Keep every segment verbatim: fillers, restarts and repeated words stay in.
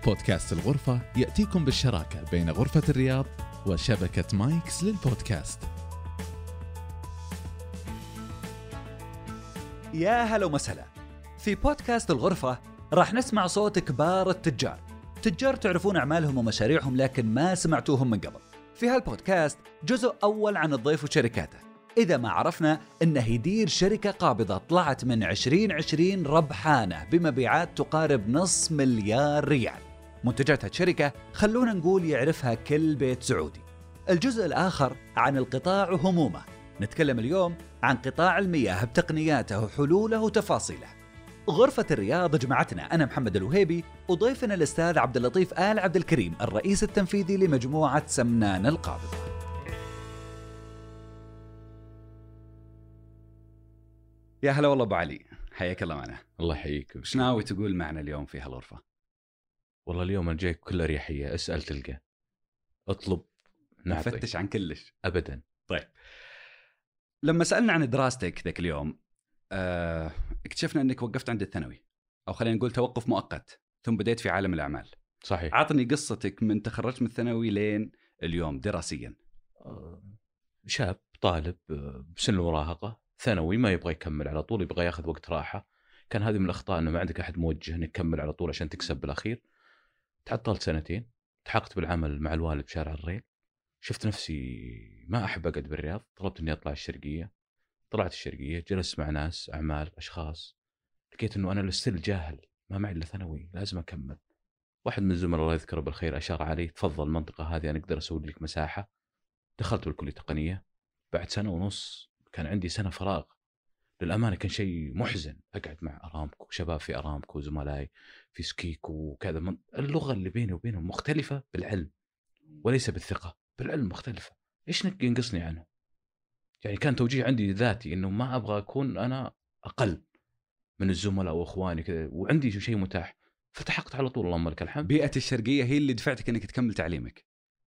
بودكاست الغرفة يأتيكم بالشراكة بين غرفة الرياض وشبكة مايكس للبودكاست. يا هلا وسهلا. في بودكاست الغرفة راح نسمع صوت كبار التجار، تجار تعرفون أعمالهم ومشاريعهم لكن ما سمعتوهم من قبل. في هالبودكاست جزء أول عن الضيف وشركاته. إذا ما عرفنا إنه يدير شركة قابضة طلعت من عشرين عشرين ربحانة بمبيعات تقارب نص مليار ريال. منتجات هالشركة خلونا نقول يعرفها كل بيت سعودي. الجزء الآخر عن القطاع وهمومه. نتكلم اليوم عن قطاع المياه بتقنياته وحلوله وتفاصيله. غرفة الرياض جمعتنا أنا محمد الوهيبي وضيفنا الأستاذ عبد اللطيف آل عبد الكريم الرئيس التنفيذي لمجموعة سمنان القابضة. يا هلا والله أبو علي، حياك الله معنا. الله يحييك. وش ناوي تقول معنا اليوم في هالغرفة؟ والله اليوم أنا جايك كل أريحية، اسأل تلقى، اطلب نعطي، نفتش عن كلش أبدا. طيب، لما سألنا عن دراستك ذاك اليوم اه اكتشفنا أنك وقفت عند الثانوي، أو خلينا نقول توقف مؤقت، ثم بديت في عالم الأعمال. صحيح. عطني قصتك من تخرجت من الثانوي لين اليوم دراسيا. شاب طالب بسن المراهقة، ثانوي، ما يبغى يكمل على طول، يبغى ياخذ وقت راحة. كان هذه من الأخطاء أنه ما عندك أحد موجه أنك تكمل على طول عشان تكسب بالأخير. تعطلت سنتين، تحقت بالعمل مع الوالد بشارع الريل. شفت نفسي ما أحب أقعد بالرياض، طلبت أني أطلع الشرقية. طلعت الشرقية، جلست مع ناس أعمال أشخاص، لقيت أنه أنا لستيل جاهل، ما معي إلا ثانوي، لازم أكمل. واحد من الزملاء الله يذكره بالخير أشار علي، تفضل المنطقة هذه أنا أقدر أسوي لك مساحة. دخلت بالكلية التقنية. بعد سنة ونص كان عندي سنة فراغ، للأمانة كان شيء محزن. أقعد مع أرامكو، شباب في أرامكو، زملائي في سكيكو وكذا. من اللغة اللي بيني وبينهم مختلفة بالعلم وليس بالثقة، بالعلم مختلفة. إيش ينقصني عنه؟ يعني كان توجيه عندي ذاتي إنه ما أبغى أكون أنا أقل من الزملاء وإخواني كذا، وعندي شيء متاح، فتحقت على طول اللهم لك الحمد. بيئة الشرقية هي اللي دفعتك إنك تكمل تعليمك؟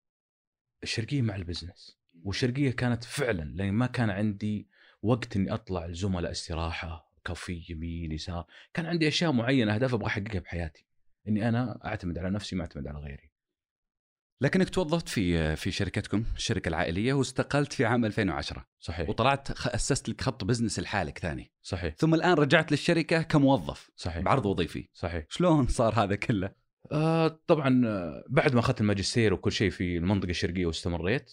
الشرقية مع البزنس، والشرقية كانت فعلا لأن ما كان عندي وقت إني أطلع الزملاء استراحة، كافي يمين يسار. كان عندي أشياء معينة، أهداف أبغى أحققها بحياتي، إني أنا أعتمد على نفسي ما أعتمد على غيري. لكنك توظفت في في شركتكم الشركة العائلية واستقلت في عام ألفين وعشرة. صحيح. وطلعت أسست لك خط بزنس لحالك ثاني. صحيح. ثم الآن رجعت للشركة كموظف. صحيح. بعرض وظيفي. صحيح. شلون صار هذا كله؟ آه طبعا بعد ما أخذت الماجستير وكل شيء في المنطقة الشرقية واستمريت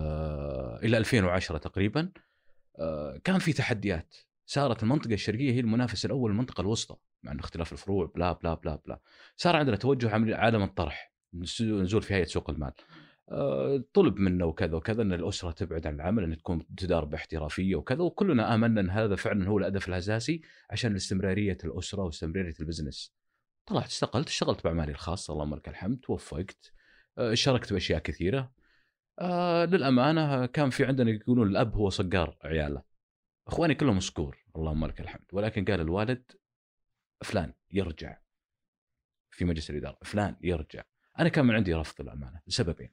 آه إلى ألفين وعشرة تقريبا. آه كان في تحديات. صارت المنطقة الشرقية هي المنافس الأول المنطقة الوسطى، مع اختلاف الفروع بلا بلا بلا بلا. صار عندنا توجه عالم الطرح، نزول في هيئة سوق المال. أه طلب منا وكذا وكذا أن الأسرة تبعد عن العمل، أن تكون تدار باحترافية وكذا، وكلنا آمنا أن هذا فعلا هو الهدف الأساسي عشان استمرارية الأسرة واستمرارية البزنس. طلعت استقلت، اشتغلت بأعمالي الخاصة اللهم لك الحمد، توفقت، أه شاركت بأشياء كثيرة. أه للأمانة كان في عندنا يقولون الأب هو صقار عياله، أخواني كلهم صقور اللهم لك الحمد، ولكن قال الوالد فلان يرجع في مجلس الإدارة، فلان يرجع. أنا كان من عندي رفض الأمانة لسببين.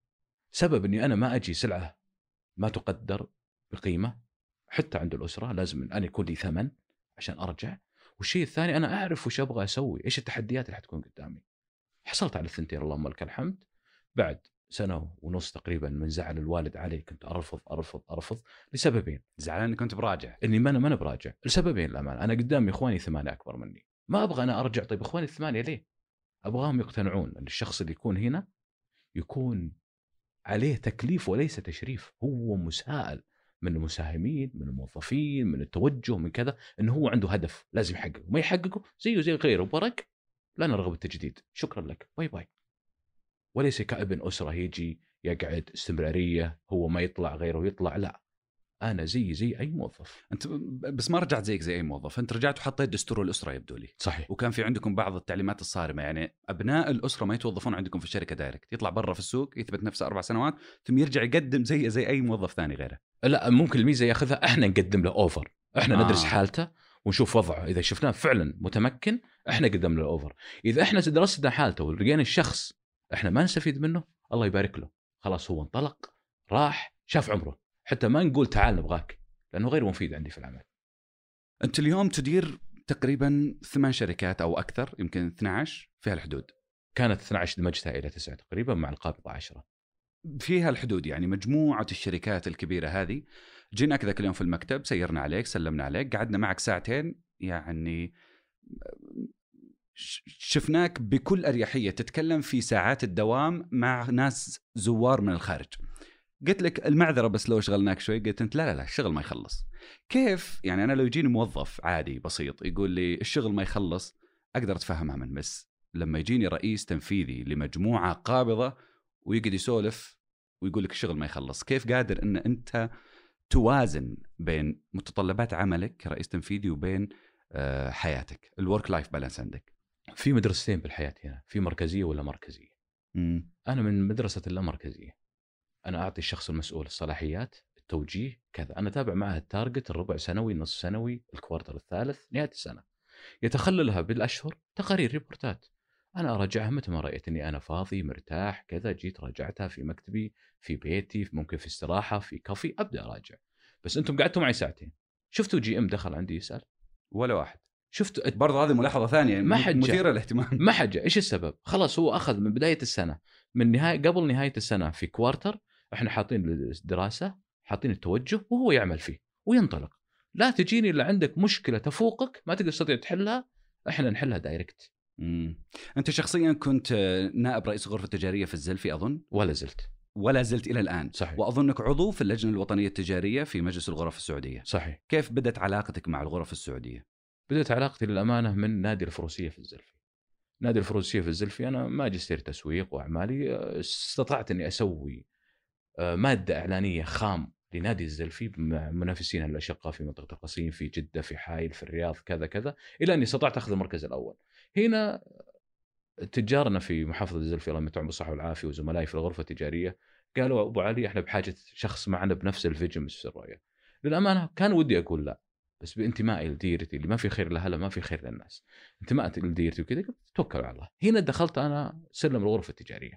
سبب أني أنا ما أجي سلعة ما تقدر بقيمة، حتى عند الأسرة لازم أن أنا يكون لي ثمن عشان أرجع. والشيء الثاني أنا أعرف وش أبغى أسوي، إيش التحديات اللي حتكون قدامي. حصلت على الثنتين اللهم لك الحمد. بعد سنة ونص تقريبا من زعل الوالد علي كنت أرفض أرفض أرفض لسببين. زعلان أني كنت براجع؟ إني ما أنا ما أنا براجع لسببين الأمانة. أنا قدامي إخواني ثمانية أكبر مني، ما أبغى أنا أرجع. طيب إخواني الثمانية ليه؟ أبغاهم يقتنعون أن الشخص اللي يكون هنا يكون عليه تكليف وليس تشريف، هو مسائل من المساهمين، من الموظفين، من التوجه، من كذا، إنه هو عنده هدف لازم يحققه، ما يحققه زيه زي غيره برق، لا نرغب التجديد، شكرا لك، باي باي. وليس كابن أسرة يجي يقعد استمرارية، هو ما يطلع غيره يطلع، لا، أنا زي زي أي موظف. أنت بس ما رجعت زيك زي أي موظف، أنت رجعت وحطيت دستور الأسرة يبدو لي. صحيح. وكان في عندكم بعض التعليمات الصارمة، يعني أبناء الأسرة ما يتوظفون عندكم في الشركة دايركت، يطلع برا في السوق يثبت نفسه أربع سنوات ثم يرجع يقدم زي زي أي موظف ثاني غيره. لا، ممكن الميزة ياخذها، إحنا نقدم له أوفر، إحنا آه. ندرس حالته ونشوف وضعه، إذا شفناه فعلا متمكن إحنا قدم له أوفر. إذا إحنا درسنا حالته ولقينا الشخص إحنا ما نستفيد منه، الله يبارك له، خلاص هو انطلق راح شاف عمره، حتى ما نقول تعال نبغاك، لأنه غير مفيد عندي في العمل. أنت اليوم تدير تقريبا ثمان شركات أو أكثر، يمكن اثناشر في هالحدود. كانت اثنا عشر دمجتها الى تسعة تقريبا مع القابضه عشرة. فيها الحدود يعني مجموعة الشركات الكبيرة هذه جيناك ذاك اليوم في المكتب، سيرنا عليك، سلمنا عليك، قعدنا معك ساعتين، يعني شفناك بكل أريحية تتكلم في ساعات الدوام مع ناس زوار من الخارج. قلت لك المعذرة بس لو شغلناك شوي، قلت أنت لا لا لا الشغل ما يخلص. كيف يعني أنا لو يجيني موظف عادي بسيط يقول لي الشغل ما يخلص أقدر أتفهمها من، بس لما يجيني رئيس تنفيذي لمجموعة قابضة ويقعد يسولف ويقول لك الشغل ما يخلص، كيف قادر أن أنت توازن بين متطلبات عملك كرئيس تنفيذي وبين حياتك، الورك لايف بالانس عندك؟ في مدرستين بالحياة هنا، في مركزية ولا مركزية. مم. أنا من مدرسة اللا مركزية. أنا أعطي الشخص المسؤول الصلاحيات، التوجيه كذا، أنا تابع معه التارجت الربع سنوي، نصف سنوي، الكوارتر الثالث، نهاية السنة، يتخللها بالأشهر تقارير ريبورتات، أنا أراجعها متى ما رأيت أني أنا فاضي مرتاح كذا، جيت راجعتها في مكتبي، في بيتي، ممكن في استراحة، في كافي، أبدأ أراجع. بس أنتم قعدتوا معي ساعتين، شفتوا جي إم دخل عندي يسأل؟ ولا واحد. شفت برضه هذه ملاحظة ثانية مثيرة للاهتمام. ما حاجة. إيش السبب؟ خلاص هو أخذ من بداية السنة، من نهاية قبل نهاية السنة في كوارتر إحنا حاطين الدراسة، حاطين التوجه، وهو يعمل فيه وينطلق. لا تجيني إلا عندك مشكلة تفوقك ما تقدر تستطيع تحلها، إحنا نحلها دايركت. مم. أنت شخصيا كنت نائب رئيس غرفة تجارية في الزلفي أظن؟ ولا زلت. ولا زلت إلى الآن. صحيح. وأظنك عضو في اللجنة الوطنية التجارية في مجلس الغرف السعودية. صحيح. كيف بدت علاقتك مع الغرف السعودية؟ بدأت علاقتي للأمانة من نادي الفروسية في الزلفي. نادي الفروسية في الزلفي أنا ماجستير تسويق وأعمالي، استطعت أني أسوي مادة إعلانية خام لنادي الزلفي مع منافسين الأشقاء في منطقة القصيم، في جدة، في حائل، في الرياض، كذا كذا، إلى أني استطعت أخذ المركز الأول. هنا تجارنا في محافظة الزلفي الله يمتعهم بالصحة والعافية وزملائي في الغرفة التجارية قالوا أبو علي إحنا بحاجة شخص معنا بنفس الفيجن نفس الرؤية. للأمانة كان ودي أقول لا، بس بانتمائي لديرتي اللي ما في خير لها ما في خير للناس، انتمائي لديرتي وكذا، توكلوا على الله. هنا دخلت أنا سلم الغرفة التجارية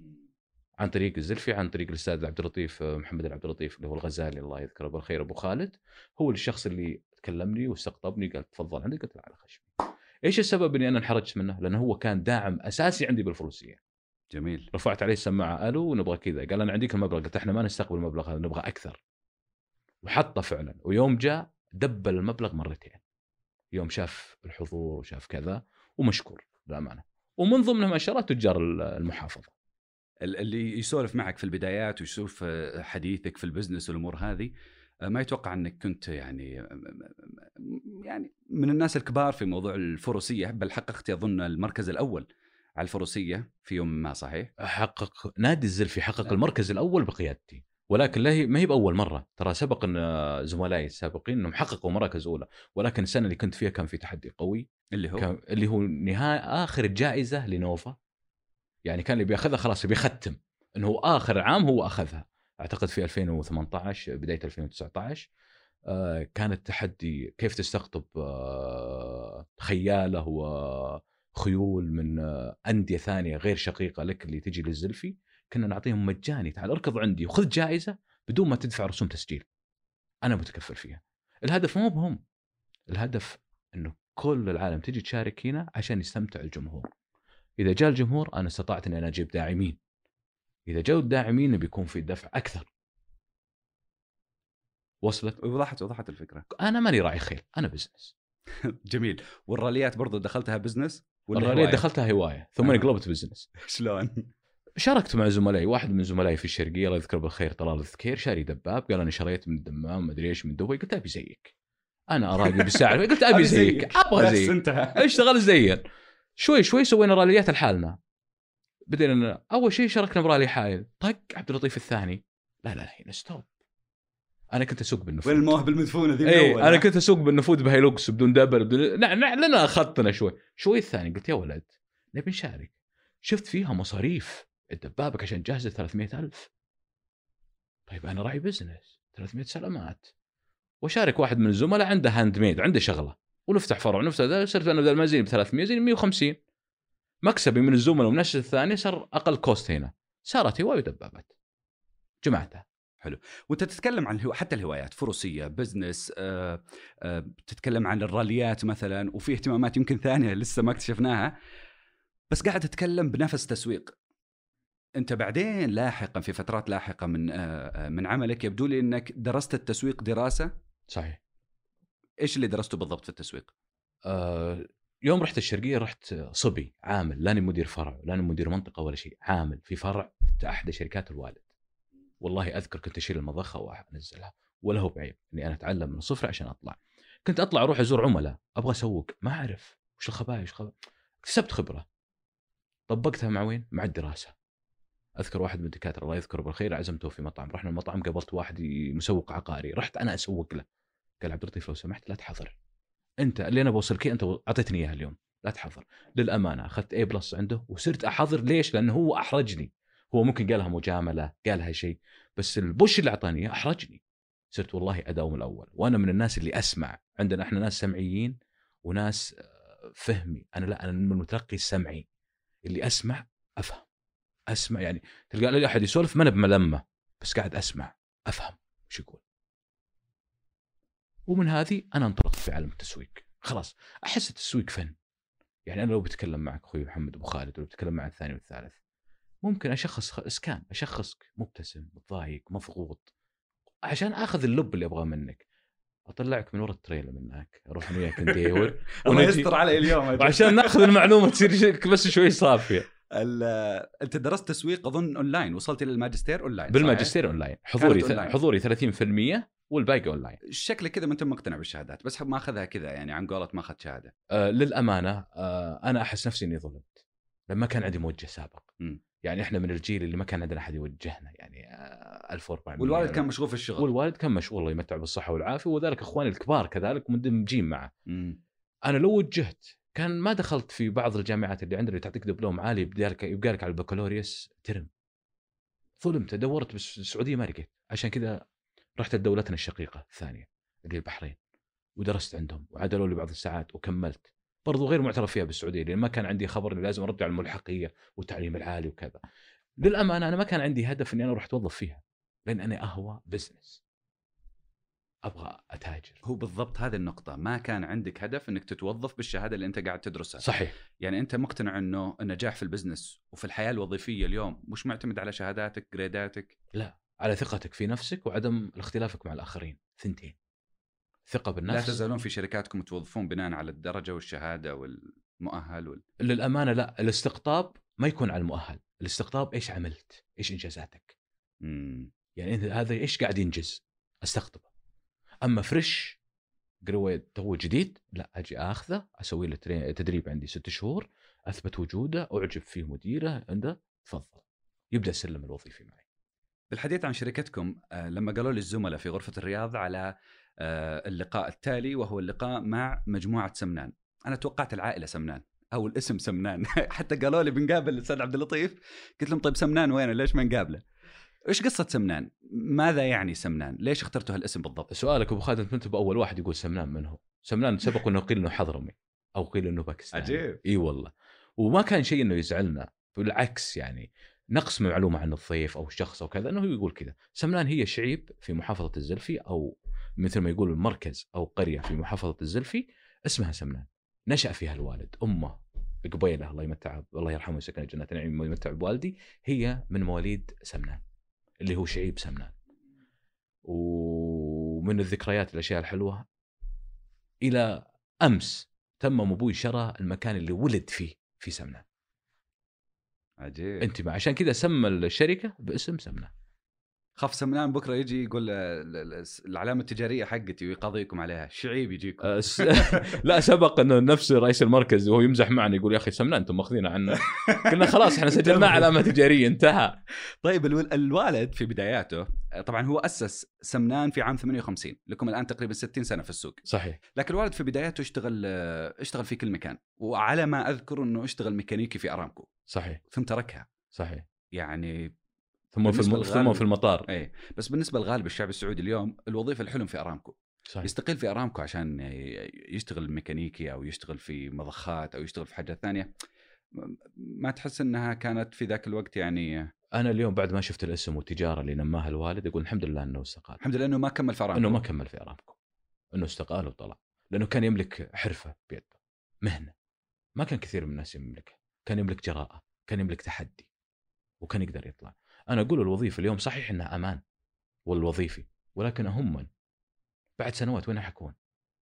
عن طريق الزلفي، عن طريق الأستاذ عبد اللطيف محمد العبد اللطيف اللي هو الغزالي الله يذكره بالخير أبو خالد، هو الشخص اللي كلمني واستقطبني قال تفضل عندي، قلت له على خشمي. إيش السبب إني أنا انحرجت منه؟ لأنه هو كان داعم أساسي عندي بالفروسية. جميل. رفعت عليه السماعة ألو ونبغى كذا، قال أنا عندك المبلغ، قلت إحنا ما نستقبل المبلغ هذا نبغى أكثر، وحطه فعلا. ويوم جاء دبل المبلغ مرتين، يوم شاف الحضور وشاف كذا، ومشكور للأمانة. ومن ضمنهم ما شاء الله تجار المحافظة اللي يسولف معك في البدايات ويشوف حديثك في البزنس والأمور هذه، ما يتوقع أنك كنت يعني يعني من الناس الكبار في موضوع الفروسية، بل حققت أظن المركز الأول على الفروسية في يوم ما، صحيح؟ حقق نادي الزلفي حقق المركز الأول بقيادتي، ولكن لا ما هي بأول مرة، ترى سبق أن زملائي السابقين أنهم حققوا مراكز أولى، ولكن السنة اللي كنت فيها كان في تحدي قوي اللي هو كان اللي هو نهاية آخر جائزة لنوفا، يعني كان اللي بياخذها خلاص بيختم إنه هو آخر عام هو أخذها، أعتقد في ألفين وثمانية عشر بداية ألفين وتسعة عشر. آه كان التحدي كيف تستقطب آه خيالة وخيول من آه أندية ثانية غير شقيقة لك اللي تجي للزلفي، كنا نعطيهم مجاني، تعال اركض عندي وخذ جائزة بدون ما تدفع رسوم تسجيل، أنا متكفل فيها. الهدف مو بهم، الهدف إنه كل العالم تجي تشارك هنا عشان يستمتع الجمهور. إذا جاء الجمهور أنا استطعت أن أنا أجيب داعمين، إذا جاءوا الداعمين بيكون في دفع أكثر. وصلت؟ وضحت وضحت الفكرة. أنا ماني راعي خيل، أنا بزنس. جميل. والراليات برضو دخلتها بزنس ولا الراليات دخلتها هواية ثم آه. قلبت بزنس. شلون؟ شاركت مع زملائي، واحد من زملائي في الشرقية الله يذكره بالخير طلال الذكير شاري دباب، قال أنا شريت من الدمام ما أدري إيش من دبي، قلت أبي زيك، أنا أراقب بالسعر، قلت أبي زيك، أبغى زيك، اشتغل زين. شوي شوي سوينا راليات لحالنا، بدينا أول شيء شاركنا برالي حائل، طق عبد اللطيف الثاني، لا لا هنا ستوب. أنا كنت أسوق بالنفود، والمواهب المدفونة ذي ايه أنا كنت أسوق بالنفود بهيلوكس بدون دبل بدون لا لا لنا أخذتنا شوي شوي. الثاني قلت يا ولد نبي نشارك، شفت فيها مصاريف الدبابك عشان جاهزة ثلاثمية ألف، طيب أنا راعي بزنس ثلاثمية سلامات، وشارك واحد من الزملاء عنده هاند ميد عنده شغلة ونفتح فرع نفسه ذا، صرت أنا بدل ما زين بثلاثمية زين مية وخمسين، مكسبي من الزملاء ومنشر الثاني صار أقل كوست، هنا صارت هواية دبابات جماعتها. حلو. وانت تتكلم عن الهو... حتى الهوايات فروسيه بزنس، آه آه تتكلم عن الراليات مثلا، وفي اهتمامات يمكن ثانيه لسه ما اكتشفناها، بس قاعد أتكلم بنفس تسويق. أنت بعدين لاحقا في فترات لاحقة من من عملك يبدو لي أنك درست التسويق دراسة. صحيح. إيش اللي درسته بالضبط في التسويق؟ آه يوم رحت الشرقية رحت صبي عامل، لاني مدير فرع لاني مدير منطقة ولا شيء، عامل في فرع في أحد شركات الوالد. والله أذكر كنت أشيل المضخة وأنزلها، ولا هو بعيب إني أنا أتعلم من الصفر عشان أطلع. كنت أطلع أروح أزور عملاء، أبغى أسوق، ما أعرف وش الخبايا وش خبايا. اكتسبت خبرة طبقتها مع وين؟ مع الدراسة. أذكر واحد من الدكاترة الله يذكره بالخير عزمته في مطعم، رحنا المطعم قابلت واحد مسوق عقاري، رحت أنا أسوق له. قال عبد اللطيف لو سمحت لا تحضر، أنت اللي أنا بوصلك أنت أعطيتني إياها اليوم، لا تحضر. للأمانة أخذت A بلس عنده وصرت أحضر. ليش؟ لأنه هو أحرجني. هو ممكن قالها مجاملة قالها شيء، بس البوش اللي أعطاني أحرجني. صرت والله أداوم الأول. وأنا من الناس اللي أسمع، عندنا إحنا ناس سمعيين وناس فهمي. أنا لا، أنا من المتلقي السمعي اللي أسمع أفهم. أسمع يعني تلقى لي أحد يسولف ما أنا بملمة، بس قاعد أسمع أفهم وش يقول. ومن هذه أنا انطلقت في عالم التسويق. خلاص أحس التسويق فن. يعني أنا لو بتكلم معك أخوي محمد أبو خالد، ولو بتكلم مع الثاني والثالث، ممكن أشخص إسكان أشخصك مبتسم متضايق مضغوط عشان أخذ اللب اللي أبغاه منك، أطلعك من وراء التريلة منك، أروح وياك نديور الله يستر علي اليوم عشان نأخذ المعلومة تصير بس شوي صافية. أنت درست تسويق أظن أونلاين، وصلت إلى الماجستير أونلاين؟ بالماجستير أونلاين. حضوري ث... أونلاين. حضوري ثلاثين بالمئة والباقي أونلاين. شكله كذا ما أنت مقتنع بالشهادات، بس ما أخذها كذا يعني عن قولة ما أخذ شهادة. آه للأمانة آه أنا أحس نفسي إني ظلمت لما كان عندي موجه سابق. م. يعني إحنا من الجيل اللي ما كان عندنا أحد يوجهنا، يعني آه ألف وأربعمئة. والوالد كان مشغول في الشغل. والوالد كان مشغول الله يمتع بالصحة والعافية، وذلك إخواني الكبار كذلك مندمجين معه. م. أنا لو وجهت كان ما دخلت في بعض الجامعات اللي عندنا اللي تعطيك دبلوم عالي يبقى لك على البكالوريوس ترم. ظلمت، دورت بالسعودية ما لقيت، عشان كذا رحت لدولتنا الشقيقة الثانية اللي البحرين ودرست عندهم وعدلوا لي بعض الساعات وكملت. برضو غير معترف فيها بالسعودية لأن ما كان عندي خبر إني لازم أرجع الملحقية والتعليم العالي وكذا. للأمانة أنا ما كان عندي هدف إني أنا أروح أتوظف فيها، لأن أنا أهوى بزنس، أبغى أتاجر. هو بالضبط هذه النقطة، ما كان عندك هدف إنك تتوظف بالشهادة اللي أنت قاعد تدرسها. صحيح. يعني أنت مقتنع إنه النجاح في البزنس وفي الحياة الوظيفية اليوم مش معتمد على شهاداتك جريداتك؟ لا، على ثقتك في نفسك وعدم اختلافك مع الآخرين. ثنتين، ثقة بالنفس. لا تزالون في شركاتكم توظفون بناء على الدرجة والشهادة والمؤهل وال... للأمانة لا، الاستقطاب ما يكون على المؤهل، الاستقطاب إيش عملت، إيش إنجازاتك. مم. يعني أنت هذا إيش قاعد ينجز أستقطبه. أما فريش قروي تو جديد لا، أجي أخذه أسوي له تدريب عندي ست شهور، أثبت وجوده، أعجب فيه مديره عنده، تفضل يبدأ السلم الوظيفي معي. بالحديث عن شركتكم، لما قالوا لي الزملاء في غرفة الرياض على اللقاء التالي وهو اللقاء مع مجموعة سمنان، أنا توقعت العائلة سمنان أو الاسم سمنان. حتى قالوا لي بنقابل الأستاذ عبد اللطيف، قلت لهم طيب سمنان وين، ليش ما نقابله؟ إيش قصة سمنان؟ ماذا يعني سمنان؟ ليش اخترتوا هالاسم بالضبط؟ سؤالك أبو خالد، أنت بأول واحد يقول سمنان من هو؟ سمنان سبق إنه قيل إنه حضرمي أو قيل إنه باكستاني. عجيب. إي والله، وما كان شيء إنه يزعلنا، بالعكس يعني نقص معلومة عن الضيف أو الشخص أو كذا إنه يقول كذا. سمنان هي شعيب في محافظة الزلفي، أو مثل ما يقول المركز أو قرية في محافظة الزلفي اسمها سمنان، نشأ فيها الوالد. أمه قبيله الله يمتع الله يرحمه ويسكنه جنة النعيم ويمتع بوالدي، هي من مواليد سمنان اللي هو شعيب سمنان. ومن الذكريات الأشياء الحلوة، إلى أمس تمم أبوي شرى المكان اللي ولد فيه في سمنان. عجيب. انت ما عشان كذا سمى الشركة باسم سمنان. خف سمنان بكرة يجي يقول العلامة التجارية حقتي ويقاضيكم عليها، شعيب يجيكم. لا، سبق انه نفس رئيس المركز وهو يمزح معنا يقول يا اخي سمنان انتم ماخذين عنا. قلنا خلاص احنا سجلنا علامة تجارية انتهى. طيب الوالد في بداياته طبعا هو أسس سمنان في عام ثمانية وخمسين، لكم الآن تقريبا ستين سنة في السوق. صحيح. لكن الوالد في بداياته اشتغل اشتغل في كل مكان، وعلى ما أذكر انه اشتغل ميكانيكي في أرامكو. صحيح. ثم تركها. صحيح. يعني ثم في الم... ثم في المطار. اي بس بالنسبه لغالب الشعب السعودي اليوم الوظيفه الحلم في ارامكو. صحيح. يستقيل في ارامكو عشان يشتغل ميكانيكي او يشتغل في مضخات او يشتغل في حاجه ثانيه. ما تحس انها كانت في ذاك الوقت يعني؟ انا اليوم بعد ما شفت الاسم والتجاره اللي نماها الوالد اقول الحمد لله انه استقال. الحمد لله انه ما كمل في ارامكو. انه ما كمل في ارامكو، انه استقال وطلع، لانه كان يملك حرفه بيده، مهنه ما كان كثير من الناس يملكها. كان يملك جراءة، كان يملك تحدي، وكان يقدر يطلع. أنا أقول الوظيفة اليوم صحيح إنها أمان والوظيفي، ولكن هم بعد سنوات وين حكون؟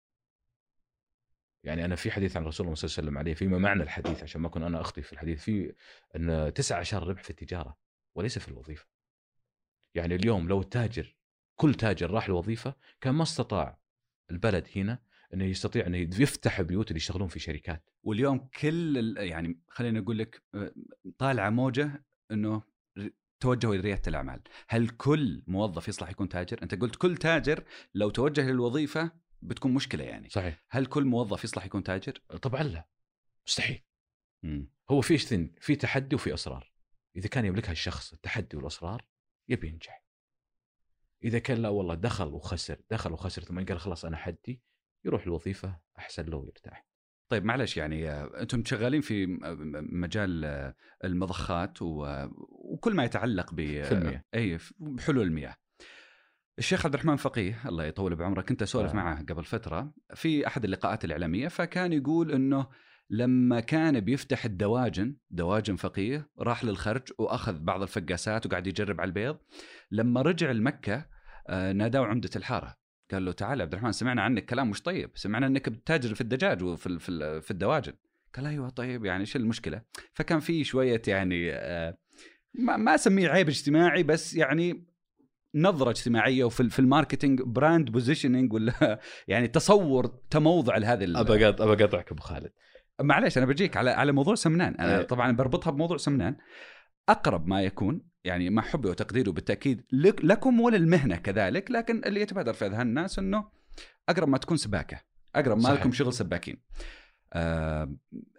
يعني أنا في حديث عن رسول الله صلى الله عليه وسلم عليه فيما معنى الحديث، عشان ما أكون أنا أخطي في الحديث، في أن تسعة عشر ربح في التجارة وليس في الوظيفة. يعني اليوم لو التاجر كل تاجر راح الوظيفة كان ما استطاع البلد هنا أنه يستطيع أنه يفتح بيوت اللي يشتغلون في شركات. واليوم كل يعني خلينا نقول لك طالعة موجة أنه توجهوا لريادة الأعمال. هل كل موظف يصلح يكون تاجر؟ أنت قلت كل تاجر لو توجه للوظيفة بتكون مشكلة يعني. صحيح. هل كل موظف يصلح يكون تاجر؟ طبعا لا، مستحيل. مم. هو في اثنين، في تحدي وفي أسرار. إذا كان يملكها الشخص التحدي والأسرار يبي ينجح. إذا كان لا والله دخل وخسر دخل وخسر ثم قال خلاص أنا حدي، يروح الوظيفة أحسن له ويرتاح. طيب معلش يعني أنتم شغالين في مجال المضخات وكل ما يتعلق بالمياه، أي بحلول المياه. الشيخ عبد الرحمن فقيه الله يطول بعمره كنت أسولف آه. معه قبل فترة في أحد اللقاءات الإعلامية، فكان يقول إنه لما كان بيفتح الدواجن دواجن فقيه راح للخرج وأخذ بعض الفقاسات وقاعد يجرب على البيض. لما رجع المكة نادوا عمدة الحارة قال له تعال عبد الرحمن سمعنا عنك كلام مش طيب، سمعنا أنك بتتاجر في الدجاج وفي في في الدواجن. قال أيوة طيب يعني إيش المشكلة؟ فكان في شوية يعني ما ما أسميه عيب اجتماعي، بس يعني نظرة اجتماعية وفي في الماركتينج براند بوزيشننج ولا يعني تصور تموضع لهذه. أبى أبى أقطعك أبو خالد معليش أنا بجيك على على موضوع سمنان. أنا أيه. طبعا بربطها بموضوع سمنان أقرب ما يكون يعني مع حبي وتقديره بالتأكيد لكم وللمهنة كذلك، لكن اللي يتبادر في أذهان الناس إنه أقرب ما تكون سباكة، أقرب ما لكم شغل سباكين. آه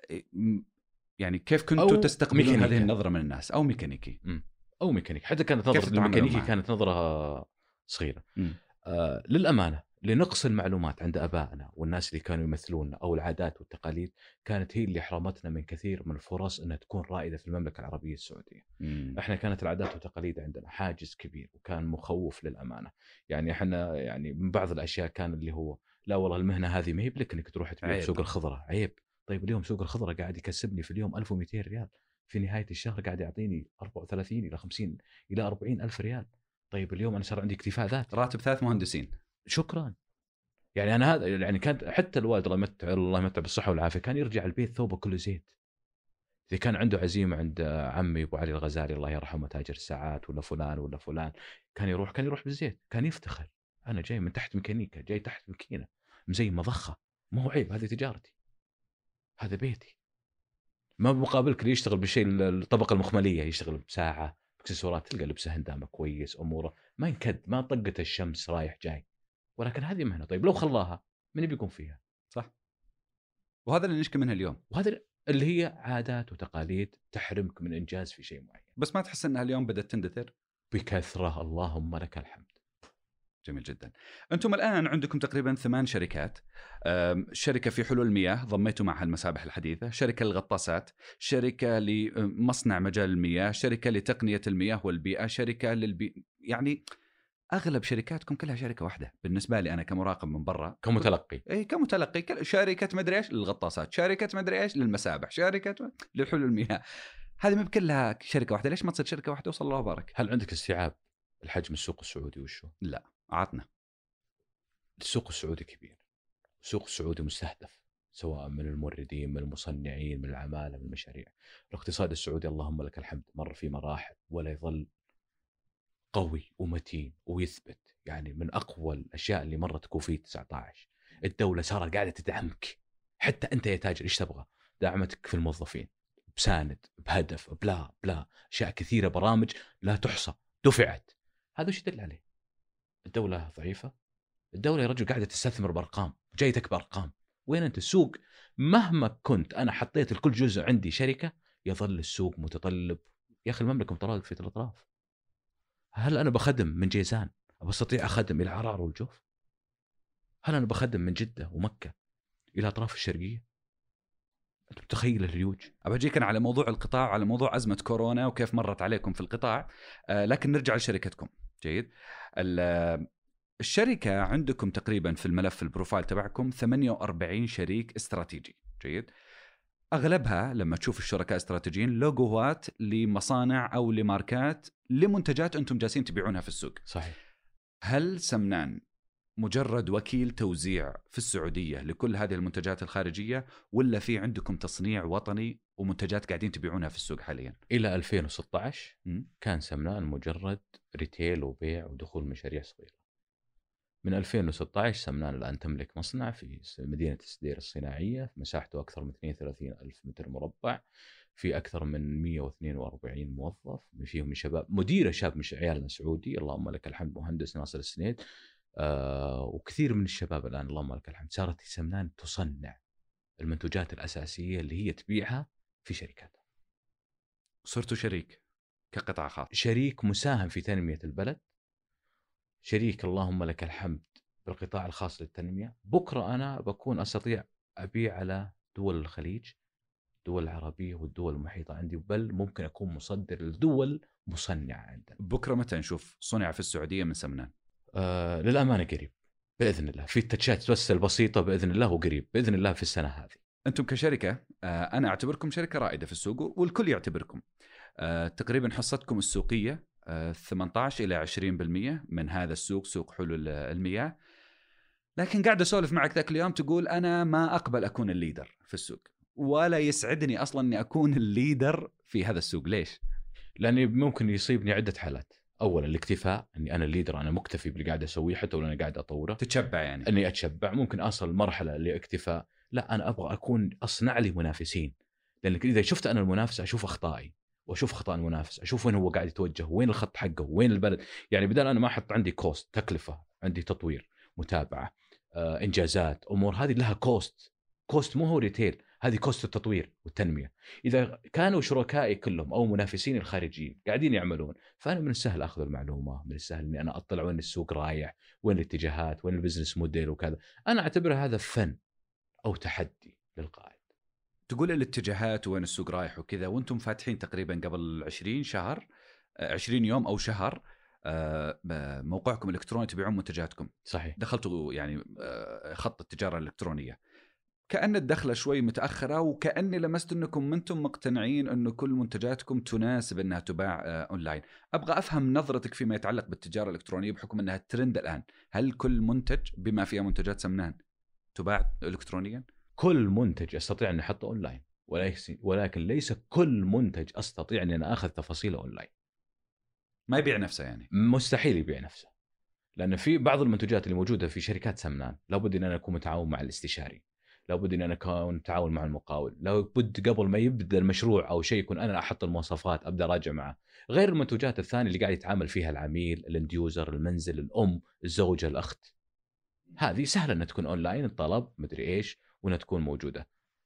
يعني كيف كنتوا تستقبلون هذه النظرة من الناس؟ أو ميكانيكي م. أو ميكانيكي، حتى كانت نظرة الميكانيكي كانت نظرة صغيرة. آه للأمانة لنقص المعلومات عند أبائنا والناس اللي كانوا يمثلوننا أو العادات والتقاليد كانت هي اللي حرمتنا من كثير من الفرص أنها تكون رائدة في المملكة العربية السعودية. مم. إحنا كانت العادات والتقاليد عندنا حاجز كبير وكان مخوف للأمانة. يعني إحنا يعني من بعض الأشياء كان اللي هو لا والله المهنة هذه ما هي بلك إنك تروح تبيع سوق الخضرة، عيب. طيب اليوم سوق الخضرة قاعد يكسبني في اليوم ألف ومئتين ريال، في نهاية الشهر قاعد يعطيني أربعة وثلاثين إلى خمسين إلى أربعين ألف ريال. طيب اليوم أنا صار عندي اكتفاء ذات، راتب ثلاث مهندسين، شكرا. يعني أنا هذا يعني كانت حتى الوالد الله يمتع الله يمتع بالصحة والعافية كان يرجع البيت ثوبه كله زيت. إذا كان عنده عزيمة عند عمي أبو علي الغزالي الله يرحمه تاجر الساعات ولا فلان ولا فلان كان يروح كان يروح بالزيت، كان يفتخر أنا جاي من تحت ميكانيكا، جاي تحت ماكينة زي مضخة، ما هو عيب، هذه تجارتي، هذا بيتي. ما بمقابلك اللي يشتغل بشيء الطبقة المخملية يشتغل بساعة اكسسوارات تلقى لبسه هندامه كويس أموره ما ينكد ما طقت الشمس رايح جاي، ولكن هذه مهنة. طيب لو خلاها من بيكون فيها؟ صح. وهذا اللي نشكي منه اليوم، وهذا اللي هي عادات وتقاليد تحرمك من إنجاز في شيء معين. بس ما تحس أنها اليوم بدأت تندثر؟ بكثرة، اللهم لك الحمد. جميل جدا. أنتم الآن عندكم تقريبا ثمان شركات، شركة في حلول المياه ضميتوا معها المسابح الحديثة، شركة للغطاسات، شركة لمصنع مجال المياه، شركة لتقنية المياه والبيئة، شركة للبي... يعني أغلب شركاتكم كلها شركة واحدة بالنسبة لي أنا كمراقب من برا، كمتلقي. أي كمتلقي كل... شركة مدري إيش للغطاسات، شركة مدري إيش للمسابح، شركة لحلول المياه، هذه ما بكلها شركة واحدة. ليش ما تصير شركة واحدة وصلى الله وبارك؟ هل عندك استيعاب الحجم السوق السعودي وشو؟ لا عطنا. السوق السعودي كبير، السوق السعودي مستهدف سواء من الموردين من المصنعين من العمالة من المشاريع. الاقتصاد السعودي اللهم لك الحمد مر في مراحل ولا يظل قوي ومتين ويثبت. يعني من أقوى الأشياء اللي مرت كوفيد تسعة عشر الدولة صارت قاعدة تدعمك، حتى أنت يا تاجر إيش تبغى؟ دعمتك في الموظفين بساند بهدف بلا بلا أشياء كثيرة، برامج لا تحصى دفعت. هذا وش يدل عليه؟ الدولة ضعيفة؟ الدولة يا رجل قاعدة تستثمر بأرقام، جايتك بأرقام. وين أنت؟ السوق مهما كنت أنا حطيت لكل جزء عندي شركة يظل السوق متطلب. يا أخي المملكة متراقب في الأطراف. هل أنا بخدم من جيزان أستطيع أخدم إلى عرعر والجوف؟ هل أنا بخدم من جدة ومكة إلى أطراف الشرقية؟ أنت متخيل الهيوج؟ أبجيك أنا على موضوع القطاع، على موضوع أزمة كورونا وكيف مرت عليكم في القطاع، آه لكن نرجع لشركتكم. جيد. الشركة عندكم تقريبا في الملف البروفايل تبعكم ثمانية وأربعين شريك استراتيجي. جيد. اغلبها لما تشوف الشركاء استراتيجيين لوجوهات لمصانع او لماركات لمنتجات انتم جالسين تبيعونها في السوق. صحيح. هل سمنان مجرد وكيل توزيع في السعودية لكل هذه المنتجات الخارجية، ولا في عندكم تصنيع وطني ومنتجات قاعدين تبيعونها في السوق حاليا؟ إلى ألفين وستة عشر م? كان سمنان مجرد ريتيل وبيع ودخول مشاريع صغيرة. من ألفين وستة عشر سمنان الآن تملك مصنع في مدينة السدير الصناعية، مساحته أكثر من اثنين وثلاثين ألف متر مربع، في أكثر من مئة واثنين وأربعين موظف، فيهم من شباب. مدير شاب مش عيالنا سعودي اللهم لك الحمد، مهندس ناصر السنيد. آه وكثير من الشباب الآن اللهم لك الحمد صارت سمنان تصنع المنتجات الأساسية اللي هي تبيعها في شركاتها. صرتوا شريك كقطاع خاص، شريك مساهم في تنمية البلد، شريك اللهم لك الحمد بالقطاع الخاص للتنمية. بكرة أنا بكون أستطيع أبيع على دول الخليج، دول العربية والدول المحيطة عندي، بل ممكن أكون مصدر لدول مصنعة عندنا. بكرة متى نشوف صنع في السعودية من سمنان؟ آه للأمانة قريب بإذن الله، في التتشات بس البسيطة بإذن الله، وقريب بإذن الله في السنة هذه. أنتم كشركة آه أنا أعتبركم شركة رائدة في السوق والكل يعتبركم. آه تقريبا حصتكم السوقية آه ثمانية عشر إلى عشرين بالمئة من هذا السوق، سوق حلول المياه. لكن قاعد أسولف معك ذاك اليوم تقول أنا ما أقبل أكون الليدر في السوق، ولا يسعدني أصلا أني أكون الليدر في هذا السوق. ليش؟ لأني ممكن يصيبني عدة حالات. أولا الاكتفاء، أني أنا الليدر، أنا مكتفي باللي قاعد أسويه حتى لو أنا قاعد أطوره. تتشبع يعني؟ أني أتشبع. ممكن أصل مرحلة لاكتفاء، لا أنا أبغى أكون أصنع لي منافسين، لأنك إذا شفت أنا المنافس أشوف أخطائي وأشوف خطأ المنافس، أشوف وين هو قاعد يتوجه، وين الخط حقه، وين البلد. يعني بدل أنا ما أحط عندي كوست تكلفة، عندي تطوير، متابعة، آه، إنجازات، أمور هذه لها كوست. كوست مو هو ريتيل، هذه كوست التطوير والتنمية. إذا كانوا شركائي كلهم أو منافسين الخارجيين قاعدين يعملون، فأنا من السهل أخذ المعلومة، من السهل أني أنا أطلع وين السوق رايح، وين الاتجاهات، وين البزنس موديل وكذا. أنا أعتبر هذا فن أو تحدي للقائد. تقول الاتجاهات وين السوق رايح وكذا، وانتم فاتحين تقريبا قبل عشرين شهر، عشرين يوم أو شهر، موقعكم الإلكتروني تبيعون منتجاتكم. صحيح. دخلتوا يعني خط التجارة الإلكترونية. كأن الدخلة شوي متأخرة، وكأني لمست أنكم منتم مقتنعين أنه كل منتجاتكم تناسب أنها تباع أونلاين. أبغى أفهم نظرتك فيما يتعلق بالتجارة الإلكترونية بحكم أنها الترند الآن. هل كل منتج بما فيها منتجات سمنان تباع إلكترونيا؟ كل منتج أستطيع أن أحطه أونلاين، ولكن ليس كل منتج أستطيع أن أنا أخذ تفاصيله أونلاين. ما يبيع نفسه يعني؟ مستحيل يبيع نفسه، لأن في بعض المنتجات اللي موجودة في شركات سمنان لابد أن أنا أكون متعاون مع الاستشاري، لابد أن أنا أكون متعاون مع المقاول، لابد قبل ما يبدأ المشروع أو شيء يكون أنا أحط المواصفات أبدأ أراجع معه. غير المنتجات الثانية اللي قاعد يتعامل فيها العميل، الانديوزر، المنزل، الأم، الزوجة، الأخت، هذه سهلة أن تكون أونلاين، الطلب مدري إيش وأنها تكون موجودة.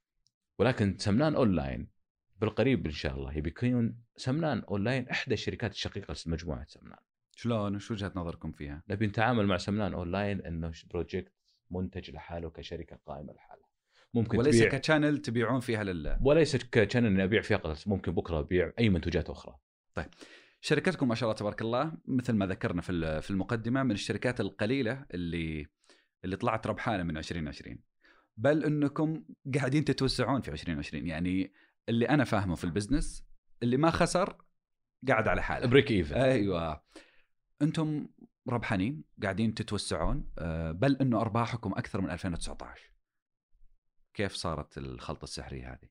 ولكن سمنان أونلاين بالقريب إن شاء الله يبي يكون سمنان أونلاين إحدى الشركات الشقيقة لمجموعة سمنان. شلون؟ وش وجهة نظركم فيها؟ نبي نتعامل مع سمنان أونلاين إنه بروجكت منتج لحاله كشركة قائمة لحالها، ممكن وليس تبيع، كشانل تبيعون فيها لله، وليس كشانل إني أبيع فيها قطع، ممكن بكرة أبيع أي منتجات أخرى. طيب شركتكم ما شاء الله تبارك الله مثل ما ذكرنا في في المقدمة من الشركات القليلة اللي اللي طلعت ربحانة من عشرين عشرين، بل أنكم قاعدين تتوسعون في عشرين عشرين. يعني اللي أنا فاهمه في البزنس اللي ما خسر قاعد على حاله، بريك إيفن. أيوة، أنتم ربحانين قاعدين تتوسعون، بل أنه أرباحكم أكثر من ألفين وتسعة عشر. كيف صارت الخلطة السحرية هذه؟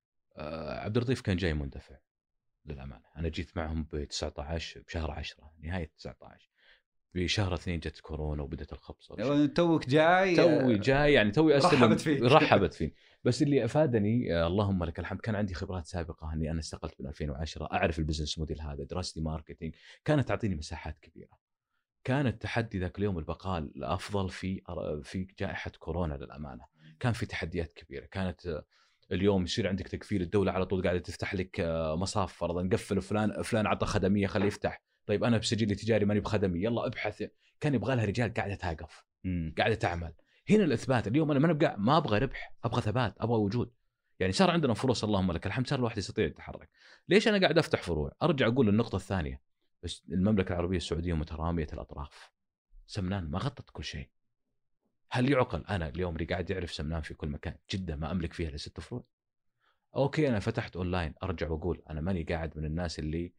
آه عبد اللطيف كان جاي مندفع للأمانة. أنا جيت معهم ب تسعة عشر بشهر عشرة، نهاية تسعة عشر، بشهر اثنين جت كورونا وبدت الخبصة. توك جاي توي جاي يعني توي أسلم، رحبت فيك رحبت فيني. بس اللي أفادني آه اللهم لك الحمد كان عندي خبرات سابقة، أني أنا استقلت من ألفين وعشرة، أعرف البزنس موديل هذا، دراستي ماركتينج، كانت تعطيني مساحات كبيرة. كان التحدي ذاك اليوم البقاء الأفضل في في جائحة كورونا للأمانة. كان في تحديات كبيرة. كانت اليوم يصير عندك تكفيل، الدولة على طول قاعدة تفتح لك مصاف، فرضا نقفل فلان فلان عطى خدمية خليه يفتح، طيب أنا بسجلي تجاري ماني بخدمي يلا ابحث. كان يبغى لها رجال قاعدة تقف، قاعدة تعمل. هنا الإثبات. اليوم أنا ما نبقى ما أبغى ربح، أبغى ثبات، أبغى وجود. يعني صار عندنا فرص اللهم لك الحمد، صار الواحد يستطيع يتحرك. ليش أنا قاعد أفتح فروع؟ أرجع أقول النقطة الثانية، بس المملكة العربية السعودية مترامية الأطراف، سمنان ما غطت كل شيء. هل يعقل أنا اليوم اللي قاعد يعرف سمنان في كل مكان، جدة ما أملك فيها لست فروع؟ اوكي انا فتحت اونلاين، ارجع واقول انا ماني قاعد من الناس اللي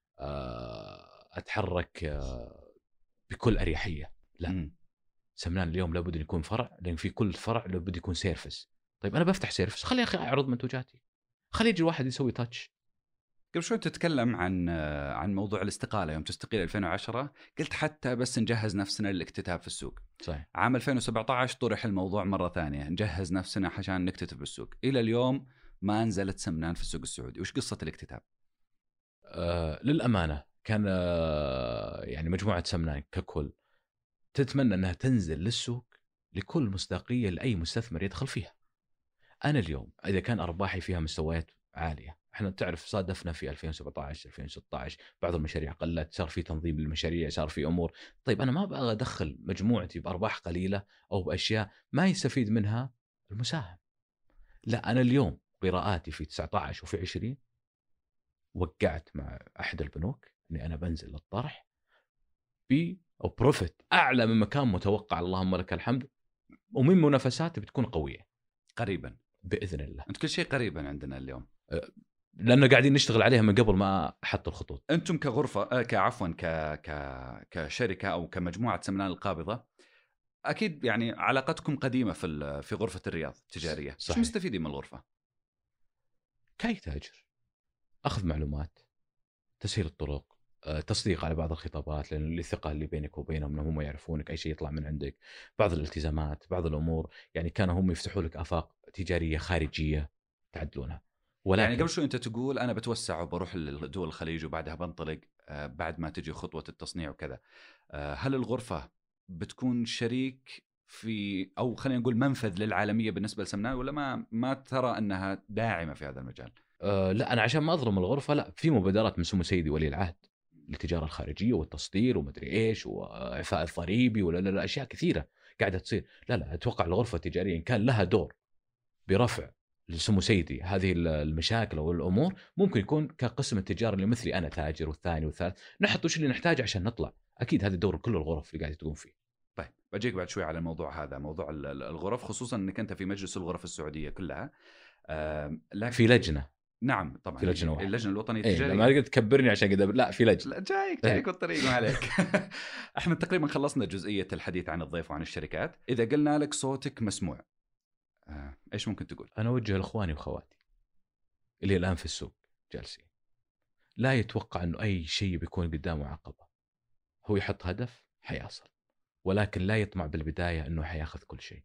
اتحرك بكل اريحيه، لا. م. سمنان اليوم لابد ان يكون فرع، لان في كل فرع لابد يكون سيرفس. طيب انا بفتح سيرفس، خلي يا اخي اعرض منتجاتي، خلي يجي الواحد يسوي تاتش. قبل شوي تتكلم عن عن موضوع الاستقاله، يوم تستقيل ألفين وعشرة قلت حتى بس نجهز نفسنا للاكتتاب في السوق. صحيح. عام ألفين وسبعة عشر طرح الموضوع مره ثانيه، نجهز نفسنا عشان نكتتب بالسوق. الى اليوم ما نزلت سمنان في السوق السعودي. وش قصه الاكتتاب؟ آه للامانه كان آه يعني مجموعه سمنان ككل تتمنى انها تنزل للسوق لكل مصداقيه لاي مستثمر يدخل فيها. انا اليوم اذا كان ارباحي فيها مستويات عاليه، احنا تعرف صادفنا في ألفين وسبعة عشر ألفين وستة عشر بعض المشاريع قلت، صار في تنظيم للمشاريع، صار في امور. طيب انا ما ابغى ادخل مجموعتي بارباح قليله او باشياء ما يستفيد منها المساهم. لا، انا اليوم قراءاتي في تسعة عشر وفي عشرين وقعت مع احد البنوك اني انا بنزل للطرح ب او بروفيت اعلى مما كان متوقع، اللهم لك الحمد، ومن منافساتي بتكون قويه قريبا باذن الله. انت كل شيء قريبا عندنا اليوم، لانه قاعدين نشتغل عليها من قبل ما احط الخطوط. انتم كغرفه كعفوا ك ك كشركه او كمجموعه سمنان القابضه، اكيد يعني علاقتكم قديمه في في غرفه الرياض التجاريه. شو مستفيدين من الغرفه؟ كي تاجر، اخذ معلومات، تسهيل الطرق، تصديق على بعض الخطابات، لأن الثقة اللي بينك وبينهم أنهم هم يعرفونك، أي شيء يطلع من عندك، بعض الالتزامات، بعض الأمور. يعني كانوا هم يفتحوا لك آفاق تجارية خارجية تعدلونها. ولكن يعني قبل شو أنت تقول أنا بتوسع وبروح لدول الخليج وبعدها بنطلق بعد ما تجي خطوة التصنيع وكذا، هل الغرفة بتكون شريك في أو خلينا نقول منفذ للعالمية بالنسبة لسمنان، ولا ما ما ترى أنها داعمة في هذا المجال؟ أه لا، أنا عشان ما أظلم الغرفة، لا، في مبادرات من سمو سيدي ولي العهد للتجارة الخارجية والتصدير ومدري إيش وإعفاء الضريبي ولا لا, لا أشياء كثيرة قاعدة تصير. لا لا أتوقع الغرفة التجارية إن كان لها دور برفع لسمو سيدي هذه المشاكل أو الأمور، ممكن يكون كقسم التجارة اللي مثلي أنا تاجر والثاني والثالث نحط وش اللي نحتاجه عشان نطلع. أكيد هذا دور كل الغرف اللي قاعدة تقوم فيه. طيب بجيك بعد شوي على الموضوع هذا، موضوع الغرف، خصوصا أنك أنت في مجلس الغرف السعودية كلها. لكن في لجنة. نعم طبعا في لجنة واحدة. اللجنة الوطنية التجارية. إيه، ما قلت تكبرني عشان كذا، لا في لجنة. لا جايك جايك بالطريق ما عليك. احنا تقريبا خلصنا جزئية الحديث عن الضيف وعن الشركات. إذا قلنا لك صوتك مسموع، آه، إيش ممكن تقول؟ أنا أوجه لإخواني وخواتي اللي الآن في السوق جالسين، لا يتوقع أنه أي شيء بيكون قدامه عقبة. هو يحط هدف حيصل، ولكن لا يطمع بالبداية أنه حياخذ كل شيء.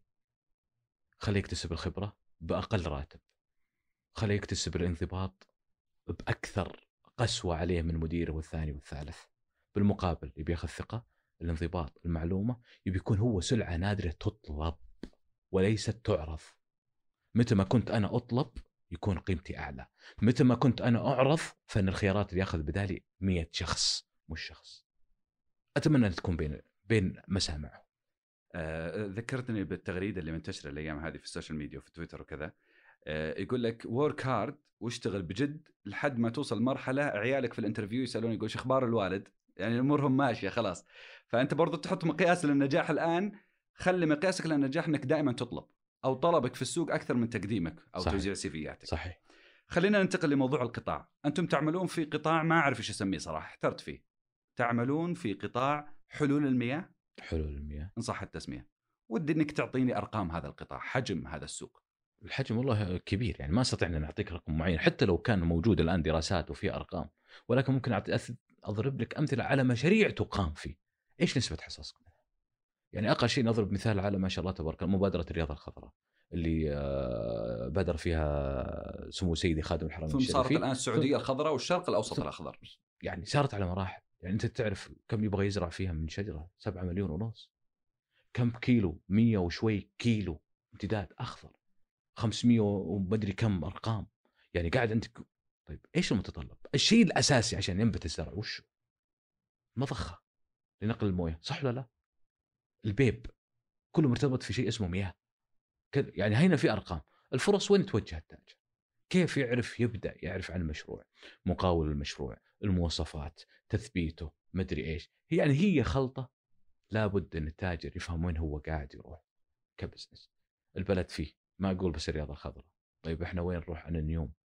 خليه يكتسب الخبرة بأقل راتب، خليه يكتسب الانضباط بأكثر قسوة عليه من مديره والثاني والثالث. بالمقابل يبي ياخذ ثقة، الانضباط، المعلومة، يبي يكون هو سلعة نادرة تطلب وليست تعرض. متى ما كنت أنا أطلب يكون قيمتي أعلى، متى ما كنت أنا أعرض فإن الخيارات اللي ياخذ بدالي مية شخص مش شخص. أتمنى أن تكون بين بين مسامعه. آه، ذكرتني بالتغريدة اللي منتشرة الأيام هذه في السوشيال ميديا وفي تويتر وكذا. آه، يقول لك work hard واشتغل بجد لحد ما توصل مرحلة عيالك في الانترفيو يسألون يقول شو أخبار الوالد، يعني أمورهم ماشية خلاص. فأنت برضو تحط مقياس للنجاح الآن، خلي مقياسك للنجاح أنك دائما تطلب أو طلبك في السوق أكثر من تقديمك أو صحيح. توزيع سيفياتك. صحيح. خلينا ننتقل لموضوع القطاع. أنتم تعملون في قطاع ما أعرف إيش أسميه صراحة، احترت فيه. تعملون في قطاع حلول المياه. حلول المياه إن صح التسمية. ودي إنك تعطيني أرقام هذا القطاع، حجم هذا السوق. الحجم والله كبير، يعني ما استطيع ان نعطيك رقم معين حتى لو كان موجود الان دراسات وفي ارقام، ولكن ممكن اضرب لك امثله على مشاريع تقام فيه. ايش نسبه حصصكم؟ يعني اقل شيء نضرب مثال على ما شاء الله تبارك الله مبادره الرياضه الخضراء اللي بدر فيها سمو سيدي خادم الحرمين الشريفين. صارت الان السعوديه الخضراء والشرق الاوسط الاخضر، يعني صارت على مراحل. يعني انت تعرف كم يبغى يزرع فيها من شجره؟ سبعة مليون ونص. كم كيلو؟ مية وشوي كيلو امتداد اخضر، خمسمية ومدري كم أرقام. يعني قاعد أنت. طيب إيش المتطلب؟ الشيء الأساسي عشان ينبت الزرع وشو؟ مضخة لنقل المويه، صح ولا لا؟ البيب كله مرتبط في شيء اسمه مياه. يعني هنا في أرقام. الفرص وين توجه التاجر؟ كيف يعرف يبدأ يعرف عن المشروع، مقاول المشروع، المواصفات، تثبيته، مدري إيش. يعني هي خلطة لابد أن التاجر يفهم وين هو قاعد يروح كبزنس. البلد فيه، ما أقول بس الرياضة الخضراء. طيب إحنا وين نروح؟ أنا اليوم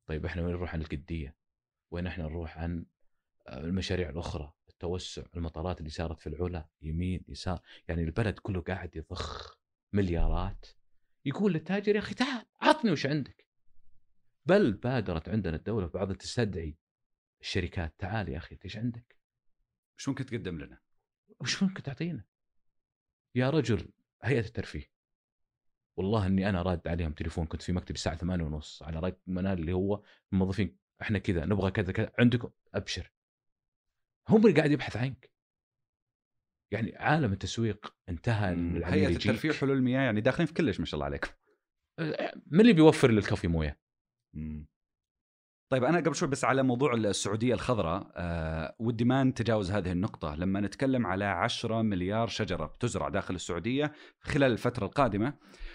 طيب احنا وين نروح عن القديه؟ وين احنا نروح عن المشاريع الاخرى، التوسع، المطارات اللي صارت في العلا يمين يسار؟ يعني البلد كله قاعد يضخ مليارات، يقول للتاجر يا اخي تعال عطني وش عندك. بل بادرت عندنا الدوله بعض تستدعي الشركات، تعال يا اخي ايش عندك؟ وش ممكن تقدم لنا؟ وش ممكن تعطينا؟ يا رجل هيئه الترفيه، والله اني انا راد عليهم تليفون، كنت في مكتب الساعه ثمانية ونص على رقمنا اللي هو الموظفين، احنا كذا نبغى كذا كذا عندكم، ابشر. هم اللي قاعد يبحث عنك. يعني عالم التسويق انتهى. هيئه الترفيه وحلول المياه يعني داخلين في كلش ما شاء الله عليكم. من اللي بيوفر للكافي مويه؟ مم. طيب أنا قبل شوي بس على موضوع السعودية الخضراء، أه ودي ما نتجاوز هذه النقطة. لما نتكلم على عشرة مليار شجرة بتزرع داخل السعودية خلال الفترة القادمة،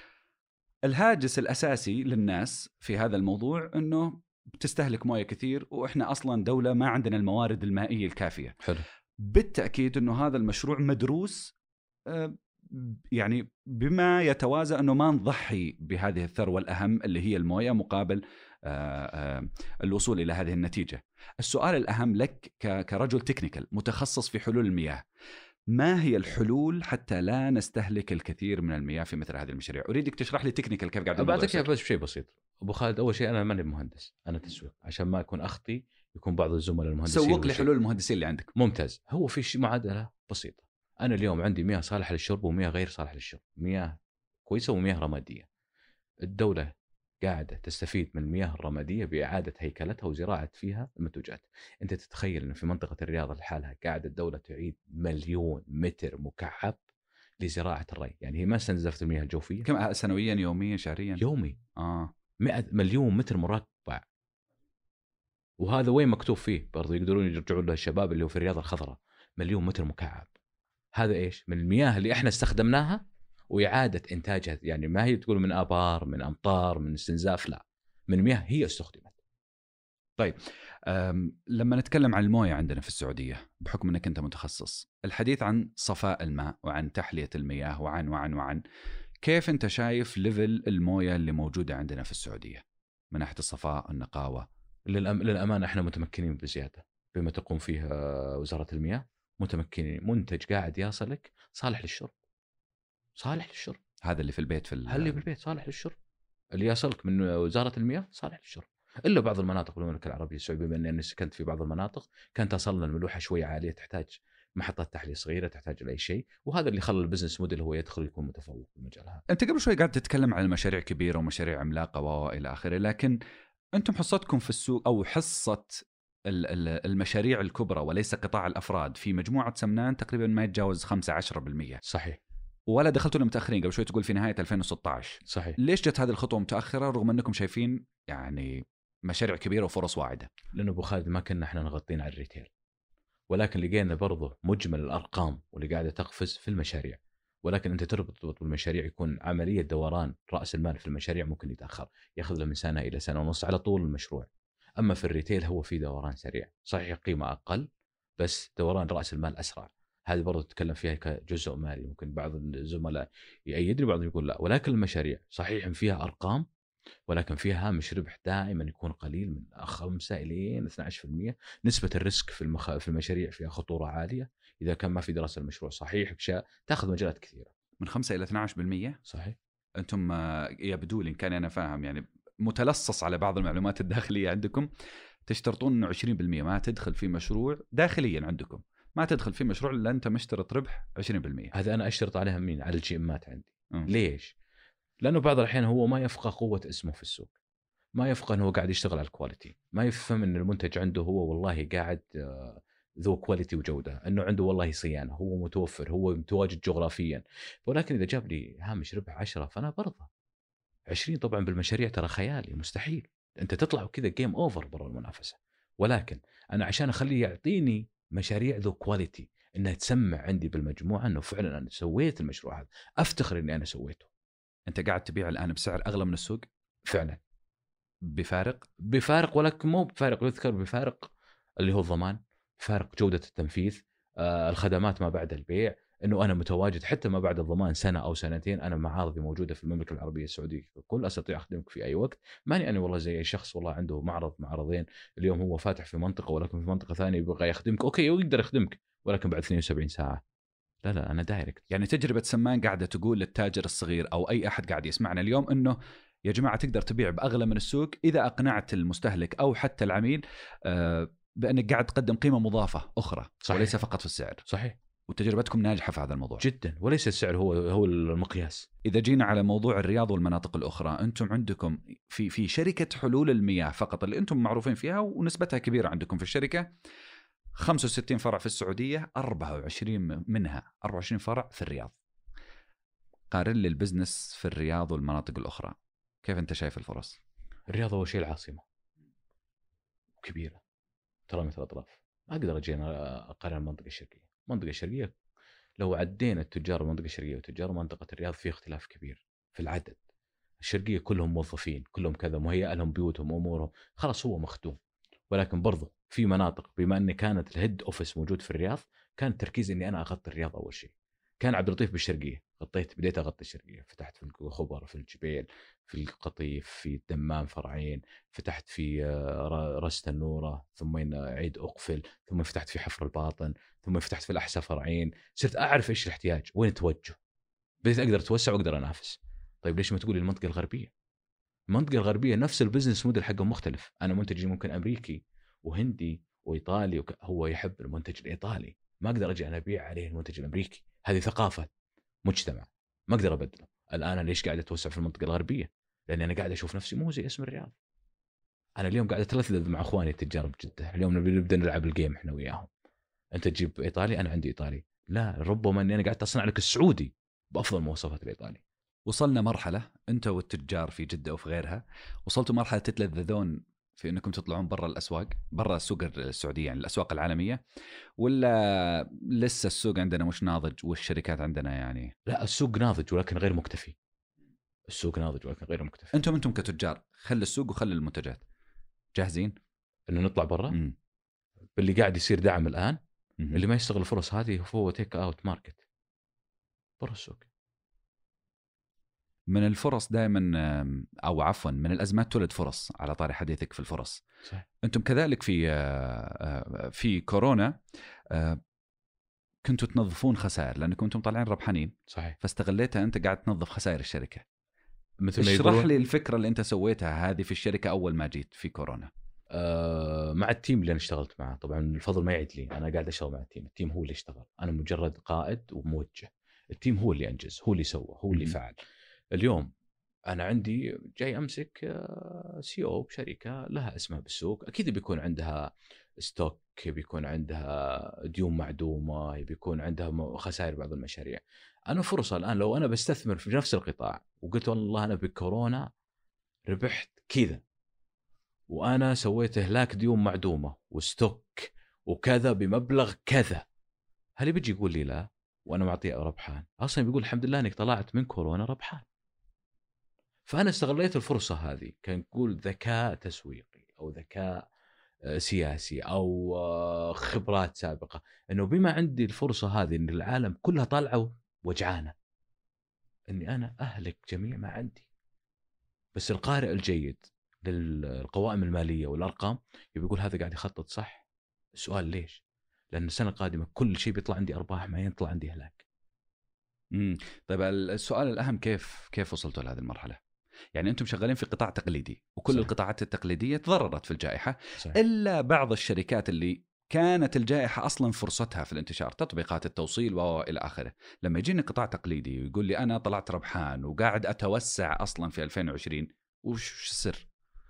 الهاجس الأساسي للناس في هذا الموضوع أنه بتستهلك موية كثير، وإحنا أصلا دولة ما عندنا الموارد المائية الكافية. حلو. بالتأكيد أنه هذا المشروع مدروس، أه يعني بما يتوازى أنه ما نضحي بهذه الثروة الأهم اللي هي الموية مقابل آآ آآ الوصول إلى هذه النتيجة. السؤال الأهم لك كرجل تكنيكال متخصص في حلول المياه، ما هي الحلول حتى لا نستهلك الكثير من المياه في مثل هذه المشاريع؟ أريدك تشرح لي تكنيكال كيف قاعد بعدك يا بس شيء بسيط أبو خالد. أول شيء أنا ماني مهندس، أنا تسويق، عشان ما أكون أخطي يكون بعض الزملاء المهندسين. سوق لي حلول المهندسين اللي عندك. ممتاز. هو في شيء معادلة بسيطة. أنا اليوم عندي مياه صالحة للشرب ومياه غير صالحة للشرب، مياه كويسة ومياه رمادية. الدولة قاعدة تستفيد من المياه الرمادية بإعادة هيكلتها وزراعة فيها المنتوجات. أنت تتخيل أن في منطقة الرياض لحالها قاعدة الدولة تعيد مليون متر مكعب لزراعة الري. يعني هي ما استنزفت المياه الجوفية. كم سنويا يوميا شهريا؟ يومي. آه. مئة مليون متر مربع. وهذا وين مكتوب فيه برضو يقدرون يرجعون له الشباب اللي هو في الرياض الخضراء، مليون متر مكعب. هذا إيش؟ من المياه اللي إحنا استخدمناها وإعادة إنتاجها. يعني ما هي تقول من آبار من أمطار من استنزاف، لا، من مياه هي استخدمت. طيب لما نتكلم عن الموية عندنا في السعودية، بحكم أنك أنت متخصص، الحديث عن صفاء الماء وعن تحلية المياه وعن وعن وعن كيف أنت شايف ليفل الموية اللي موجودة عندنا في السعودية من ناحية الصفاء النقاوة؟ للأم... للأمانة إحنا متمكنين بزيادة بما تقوم فيه وزارة المياه. متمكنين، منتج قاعد يصلك صالح للشرب، صالح للشرب. هذا اللي في البيت، في هل اللي بالبيت صالح للشرب، اللي يصلك من وزارة المياه صالح للشرب. إلا بعض المناطق بالمملكة العربية السعودية، بما أني سكنت في بعض المناطق كانت تصلنا الملوحة شوية عالية، تحتاج محطات تحلية صغيرة، تحتاج لأي شيء، وهذا اللي خلى البزنس موديل هو يدخل يكون متفوق في المجال هذا. أنت قبل شوي قاعد تتكلم عن مشاريع كبيرة ومشاريع عملاقة وإلى آخره، لكن أنتم حصتكم في السوق أو حصة المشاريع الكبرى وليس قطاع الأفراد في مجموعة سمنان تقريبا ما يتجاوز خمسة عشر بالمئة. صحيح. ولا دخلتوا متأخرين، قبل شوي تقول في نهاية ألفين وستة عشر. صحيح. ليش جت هذه الخطوة متأخرة رغم أنكم شايفين يعني مشاريع كبيرة وفرص واعدة؟ لأنه أبو خالد ما كنا احنا نغطين على الريتيل، ولكن لقينا برضه مجمل الأرقام واللي قاعدة تقفز في المشاريع. ولكن أنت تربط بالمشاريع، يكون عملية دوران رأس المال في المشاريع ممكن يتأخر، يأخذ له من سنة إلى سنة ونص على طول المشروع. أما في الريتيل هو في دوران سريع، صحيح قيمة أقل بس دوران رأس المال أسرع. هذه برضه تتكلم فيها كجزء مالي، ممكن بعض الزملاء يأيدني بعضهم يقول لا، ولكن المشاريع صحيح فيها أرقام ولكن فيها هامش ربح دائما يكون قليل من خمسة إلى اثني عشر بالمئة. نسبة الريسك في المخ... في المشاريع فيها خطورة عالية إذا كان ما في دراسة المشروع صحيح، أشياء تأخذ مجالات كثيرة. من خمسة إلى اثني عشر بالمئة صحيح. أنتم يبدو لي إن كان أنا فاهم يعني متلصص على بعض المعلومات الداخلية عندكم، تشترطون إنه عشرين بالمئة ما تدخل في مشروع داخليا عندكم، ما تدخل في مشروع إلا أنت مشترط ربح عشرين بالمئة. هذا أنا أشترط عليها مين؟ على الجي إمات عندي. م. ليش؟ لأنه بعض الأحيان هو ما يفقه قوة اسمه في السوق، ما يفقه أنه هو قاعد يشتغل على الكواليتي، ما يفهم أن المنتج عنده هو والله قاعد ذو كواليتي وجودة، أنه عنده والله صيانة، هو متوفر، هو متواجد جغرافيا. ولكن إذا جاب لي هامش ربح عشرة فأنا برضه عشرين. طبعا بالمشاريع ترى خيالي مستحيل أنت تطلع كذا جيم أوفر برا المنافسة. ولكن أنا عشان أخليه يعطيني مشاريع ذو كواليتي، إنها تسمع عندي بالمجموعة أنه فعلا أنا سويت المشروع هذا، أفتخر إني أنا سويته. أنت قاعد تبيع الآن بسعر أغلى من السوق فعلا، بفارق بفارق ولكن مو بفارق يذكر، بفارق اللي هو الضمان، فارق جودة التنفيذ، آه الخدمات ما بعد البيع، انه انا متواجد حتى ما بعد الضمان سنه او سنتين، انا معارضي موجوده في المملكه العربيه السعوديه كل، استطيع اخدمك في اي وقت. ماني انا والله زي اي شخص والله عنده معرض معرضين اليوم هو فاتح في منطقه ولكن في منطقه ثانيه يبغى يخدمك، اوكي يقدر يخدمك ولكن بعد اثنين وسبعين ساعه. لا لا انا دايركت. يعني تجربه سمان قاعده تقول للتاجر الصغير او اي احد قاعد يسمعنا اليوم انه يا جماعه تقدر تبيع باغلى من السوق اذا اقنعت المستهلك او حتى العميل بانك قاعد تقدم قيمه مضافه اخرى. صحيح. وليس فقط في السعر. صحيح. وتجربتكم ناجحه في هذا الموضوع جدا، وليس السعر هو هو المقياس. اذا جينا على موضوع الرياض والمناطق الاخرى، انتم عندكم في في شركه حلول المياه فقط اللي انتم معروفين فيها ونسبتها كبيره عندكم في الشركه، خمسة وستين فرع في السعوديه، أربعة وعشرين منها أربعة وعشرين فرع في الرياض. قارن لي البزنس في الرياض والمناطق الاخرى، كيف انت شايف الفرص؟ الرياض اول شيء العاصمه كبيره ترى مثل الاطراف، ما اقدر اجي انا اقارن المنطقه الشرقيه. المنطقه الشرقيه لو عدينا التجار المنطقه الشرقيه وتجار منطقه الرياض في اختلاف كبير في العدد. الشرقيه كلهم موظفين، كلهم كذا، مهيئ لهم بيوتهم امورهم، خلاص هو مخدوم. ولكن برضو في مناطق بما اني كانت الهيد اوفيس موجود في الرياض، كان التركيز اني انا اغطي الرياض اول شيء. كان عبد اللطيف بالشرقيه، غطيت بديت اغطي الشرقيه، فتحت في الخبر، في الجبيل، في القطيف، في الدمام فرعين، فتحت في رست النوره، ثم عيد اقفل، ثم فتحت في حفر الباطن، ثم فتحت في الاحساء فرعين. صرت اعرف ايش الاحتياج وين التوجه، بديت اقدر اتوسع واقدر انافس. طيب ليش ما تقولي المنطقه الغربيه؟ المنطقه الغربيه نفس البزنس موديل حقه مختلف. انا منتجي ممكن امريكي وهندي وايطالي وك... هو يحب المنتج الايطالي، ما اقدر اجي انا ابيع عليه المنتج الامريكي. هذه ثقافه مجتمع ما اقدر ابدله. الان أنا ليش قاعد اتوسع في المنطقه الغربيه؟ لاني انا قاعد اشوف نفسي مو زي اسم الرياض. انا اليوم قاعد اتلذذ مع اخواني التجار بجده، اليوم نبي نبدا نلعب الجيم احنا وياهم. انت تجيب ايطالي، انا عندي ايطالي، لا ربما اني انا قاعد اصنع لك السعودي بافضل مواصفات الايطالي. وصلنا مرحله انت والتجار في جده وفي غيرها، وصلتوا مرحله تتلذذون في انكم تطلعون برا الاسواق، برا السوق السعوديه يعني الاسواق العالميه، ولا لسه السوق عندنا مش ناضج والشركات عندنا يعني؟ لا السوق ناضج ولكن غير مكتفي. السوق ناضج ولكن غير مكتفي. انتم انتم كتجار خلي السوق وخلي المنتجات جاهزين انه نطلع برا. باللي قاعد يصير دعم الان، مم. اللي ما يستغل الفرص هذه هو تيك اوت ماركت برا السوق. من الفرص دائما، او عفوا من الازمات تولد فرص، على طاري حديثك في الفرص. صحيح. انتم كذلك في في كورونا كنتوا تنظفون خسائر لانكم انتم طالعين ربحانين. صحيح. فاستغليتها انت قاعد تنظف خسائر الشركه. مثل ما اشرح لي الفكره اللي انت سويتها هذه في الشركه اول ما جيت في كورونا. أه مع التيم اللي انا اشتغلت معه، طبعا الفضل ما يعد لي، انا قاعد اشتغل مع التيم، التيم هو اللي اشتغل، انا مجرد قائد وموجه. التيم هو اللي انجز، هو اللي سوى، هو اللي فعل. اليوم انا عندي جاي امسك سي او بشركه لها اسمها بالسوق، اكيد بيكون عندها ستوك، بيكون عندها ديون معدومه، بيكون عندها خسائر بعض المشاريع. انا فرصه الان لو انا بستثمر في نفس القطاع وقلت والله انا بكورونا ربحت كذا وانا سويت اهلاك ديون معدومه وستوك وكذا بمبلغ كذا، هل بيجي يقول لي لا وانا معطيه ربحان؟ اصلا بيقول الحمد لله انك طلعت من كورونا ربحان. فانا استغليت الفرصه هذه، كان نقول ذكاء تسويقي او ذكاء سياسي او خبرات سابقه، انه بما عندي الفرصه هذه ان العالم كلها طالعه وجعانه، اني انا اهلك جميع ما عندي. بس القارئ الجيد للقوائم الماليه والارقام يبي يقول هذا قاعد يخطط صح. السؤال ليش؟ لان السنه القادمه كل شيء بيطلع عندي ارباح، ما يطلع عندي هلاك. امم طيب السؤال الاهم، كيف كيف وصلتوا لهذه المرحله؟ يعني انتم شغالين في قطاع تقليدي وكل صحيح. القطاعات التقليديه تضررت في الجائحه صحيح. الا بعض الشركات اللي كانت الجائحه اصلا فرصتها في الانتشار، تطبيقات التوصيل والى اخره. لما يجيني قطاع تقليدي ويقول لي انا طلعت ربحان وقاعد اتوسع اصلا في ألفين وعشرين، وش السر؟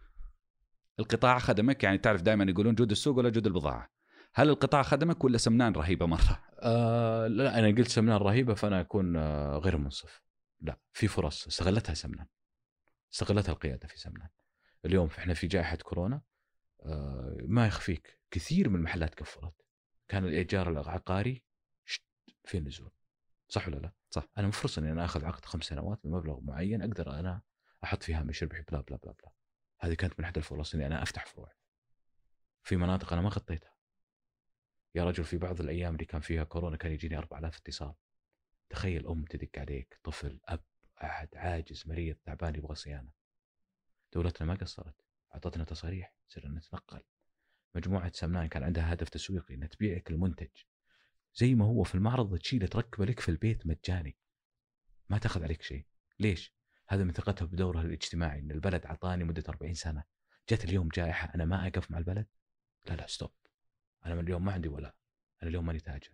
القطاع خدمك؟ يعني تعرف دائما يقولون جود السوق ولا جود البضاعه. هل القطاع خدمك ولا سمنان رهيبه مره؟ آه لا انا قلت سمنان رهيبه فانا اكون آه غير منصف. لا، في فرص استغلتها سمنان، استغلتها القياده في سمنان. اليوم احنا في جائحه كورونا، آه ما يخفيك كثير من المحلات كفرت، كان الايجار العقاري في نزول، صح ولا لا؟ صح. انا مفرص اني انا اخذ عقد خمس سنوات بمبلغ معين اقدر انا احط فيها هامش ربحي بلا بلا بلا بلا. هذه كانت من احد الفرص اني انا افتح فروع في مناطق انا ما غطيتها. يا رجل في بعض الايام اللي كان فيها كورونا كان يجيني أربعة آلاف اتصال تخيل ام تدق عليك، طفل، اب، احد عاجز مريض تعبان يبغى صيانه، دولتنا ما قصرت، اعطتنا تصاريح صرنا نتنقل. مجموعه سمنان كان عندها هدف تسويقي ان تبيعك المنتج زي ما هو في المعرض، تشيله تركبه لك في البيت مجاني، ما تاخذ عليك شيء. ليش؟ هذا من ثقتها بدورها الاجتماعي، ان البلد عطاني مده أربعين سنه، جت اليوم جائحه انا ما اقف مع البلد. لا لا ستوب، انا من اليوم ما عندي ولا، انا اليوم ماني تاجر.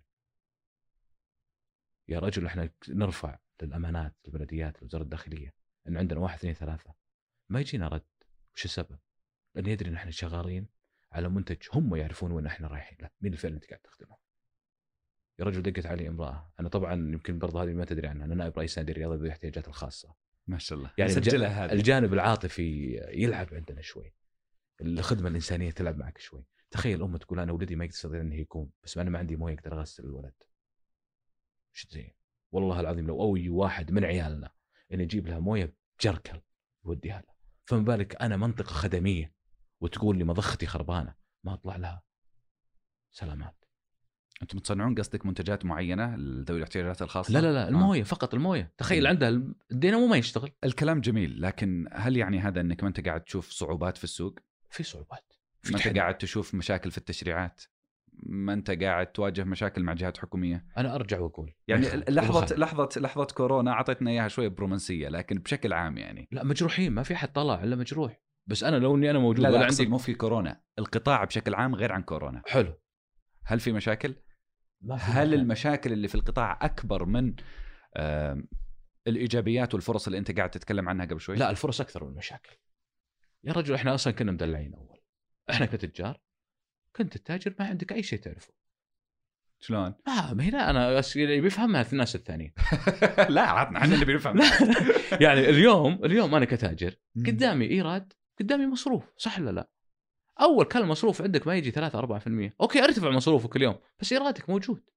يا رجل احنا نرفع للامانات البلديات وزاره الداخليه ان عندنا واحد اثنين ثلاثه، ما يجينا رد. وش السبب؟ لان يدري ان احنا شغالين على منتج هم يعرفون وين احنا رايحين له، مين الفعل اللي انت قاعد تخدمه. يا رجل دقت علي امراه، انا طبعا يمكن برضه هذه ما تدري عنها، انا نائب رئيس نادي الرياضه ذوي الاحتياجات الخاصه. ما شاء الله، يعني سجلها هذه. الجانب العاطفي يلعب عندنا شوي، الخدمه الانسانيه تلعب معك شوي. تخيل ام تقول انا ولدي ما يستطيع انه يقوم، بس انا ما عندي مويه اقدر اغسل الولد. شو زين؟ والله العظيم لو اوي واحد من عيالنا انه يجيب لها مويه بجركل يوديها له، فما بالك انا منطقه خدميه وتقول لي مضختي خربانه ما اطلع لها. سلامات. انتم تصنعون قصدك منتجات معينه لذوي الاحتياجات الخاصه؟ لا لا لا المويه آه. فقط المويه. تخيل عندها الدينامو ما يشتغل. الكلام جميل، لكن هل يعني هذا انك ما انت قاعد تشوف صعوبات في السوق؟ في صعوبات، في ما انت قاعد تشوف مشاكل في التشريعات، ما انت قاعد تواجه مشاكل مع جهات حكوميه. انا ارجع واقول يعني لحظه لحظه لحظه كورونا اعطتنا اياها شويه برومانسيه، لكن بشكل عام يعني لا مجروحين، ما في حد طلع الا مجروح. بس انا لو اني انا موجود لا ولا لا عندي مو في كورونا، القطاع بشكل عام غير عن كورونا. حلو. هل في مشاكل؟ ما في هل مشاكل. المشاكل اللي في القطاع اكبر من آه الايجابيات والفرص اللي انت قاعد تتكلم عنها قبل شوي؟ لا الفرص اكثر من المشاكل يا رجل. احنا اصلا كنا مدلعين اول، احنا كتجار، كنت التاجر ما عندك اي شيء تعرفه. شلون؟ ما ما هنا انا اللي بيفهمها في الناس الثانيين. لا عطنا احنا اللي بنفهم. يعني اليوم اليوم انا كتاجر قدامي ايراد، قدامي مصروف، صح ولا لا؟ اول كل مصروف عندك ما يجي ثلاثة أربعة بالمئة، اوكي ارتفع مصروفك اليوم بس ايرادك موجود.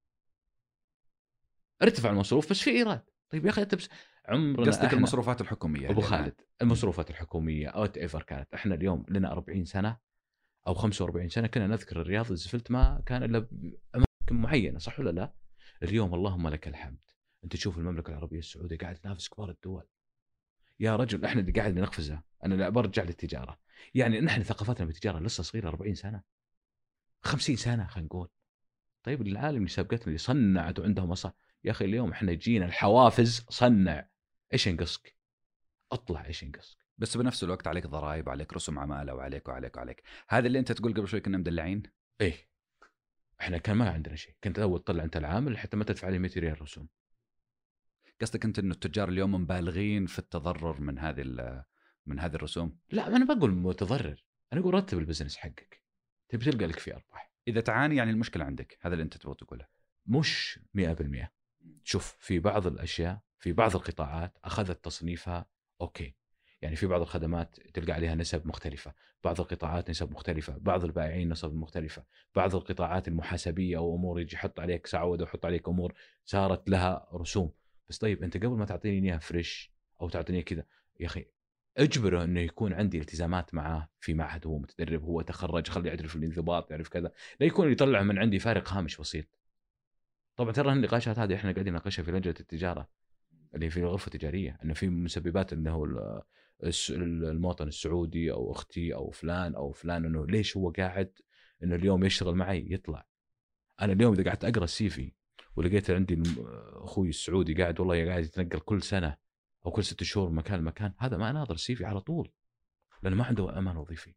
ارتفع المصروف بس في ايراد. طيب يا اخي انت بس عمرنا قصدك المصروفات الحكوميه ابو خالد، المصروفات الحكوميه او ايفر كانت. احنا اليوم لنا أربعين سنه او خمسة وأربعين سنه كنا نذكر الرياض الزفلت ما كان الا اماكن معينه، صح ولا لا؟ اليوم اللهم لك الحمد، انت تشوف المملكه العربيه السعوديه قاعد تنافس كبار الدول. يا رجل احنا اللي قاعد نقفزها. انا برجع للتجاره، يعني نحن ثقافتنا بالتجاره لسه صغيره، أربعين سنه خمسين سنه خلينا نقول. طيب العالم اللي سابقتنا اللي صنعت وعندهم مصانع، يا اخي اليوم احنا جينا الحوافز صنع، ايش ينقصك؟ اطلع ايش ينقصك؟ بس بنفس الوقت عليك ضرائب وعليك رسوم عماله وعليك وعليك وعليك. هذا اللي انت تقول قبل شوي كنا مدلعين. ايه احنا كان ما عندنا شيء، كنت اول تطلع انت العامل حتى ما تدفع لي مئة ريال رسوم. قصدك انت انه التجار اليوم مبالغين في التضرر من هذه من هذه الرسوم؟ لا انا بقول متضرر، انا اقول رتب البزنس حقك تبي تلقى لك فيه ارباح. اذا تعاني يعني المشكله عندك، هذا اللي انت تبغى تقوله. مش مئة بالمئة. شوف في بعض الاشياء في بعض القطاعات اخذت تصنيفها اوكي، يعني في بعض الخدمات تلقى عليها نسب مختلفه، بعض القطاعات نسب مختلفه، بعض البائعين نسب مختلفه، بعض القطاعات المحاسبيه او امور يجي يحط عليك سعوده ويحط عليك امور صارت لها رسوم. بس طيب انت قبل ما تعطيني اياها فريش او تعطيني كذا يا اخي اجبره انه يكون عندي التزامات معاه في معهد، هو متدرب، هو تخرج، خليه يعرف الانضباط، يعرف كذا، لا يكون يطلع من عندي فارق هامش بسيط. طبعا ترى النقاشات هذه احنا قاعدين نناقشها في لجنه التجاره اللي في الغرفه التجاريه، انه في مسببات انه المواطن السعودي او اختي او فلان او فلان انه ليش هو قاعد انه اليوم يشتغل معي يطلع. انا اليوم اذا قعدت اقرا السي في ولقيت عندي اخوي السعودي قاعد والله قاعد يتنقل كل سنه او كل ست شهور مكان مكان، هذا ما اناظر السي في على طول، لانه ما عنده امان وظيفي،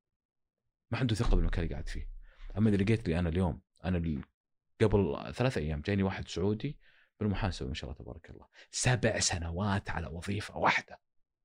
ما عنده ثقه بالمكان اللي قاعد فيه. اما اذا لقيت لي انا اليوم، انا قبل ثلاثة ايام جاني واحد سعودي بالمحاسبه ما شاء الله تبارك الله سبع سنوات على وظيفه واحده.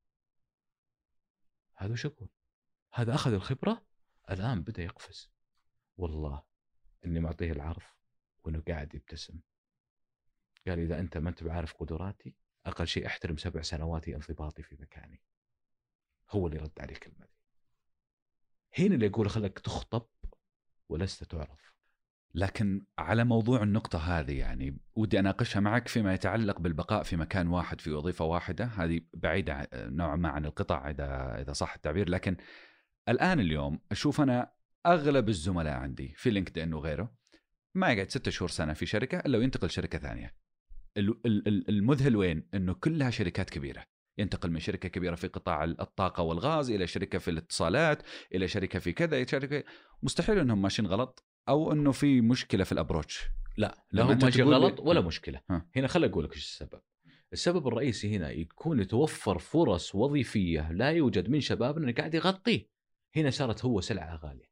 هذا شكو، هذا اخذ الخبره الان بدا يقفز. والله اني معطيه العرض وانه قاعد يبتسم، قال اذا انت ما انت بعارف قدراتي اقل شيء احترم سبع سنواتي انضباطي في مكاني. هو اللي رد عليه كلمه دي. هنا اللي يقول خلك تخطب ولست تعرف. لكن على موضوع النقطة هذه يعني ودي أناقشها معك فيما يتعلق بالبقاء في مكان واحد في وظيفة واحدة، هذه بعيدة نوعا ما عن القطاع إذا إذا صح التعبير. لكن الآن اليوم أشوف أنا أغلب الزملاء عندي في لينكدين وغيره ما يقعد ستة شهور سنة في شركة إلا وينتقل شركة ثانية. ال- ال- ال- المذهل وين؟ انه كلها شركات كبيره، ينتقل من شركه كبيره في قطاع الطاقه والغاز الى شركه في الاتصالات الى شركه في كذا إلى شركه. مستحيل انهم ماشيين غلط او انه في مشكله في الابروتش. لا لا، لما هم أنت ماشي تقول لي- غلط ولا ها. مشكله. ها. هنا خليني اقول لك ايش السبب. السبب الرئيسي هنا يكون يتوفر فرص وظيفيه لا يوجد من شبابنا اللي قاعد يغطيه. هنا صارت هو سلعه غاليه،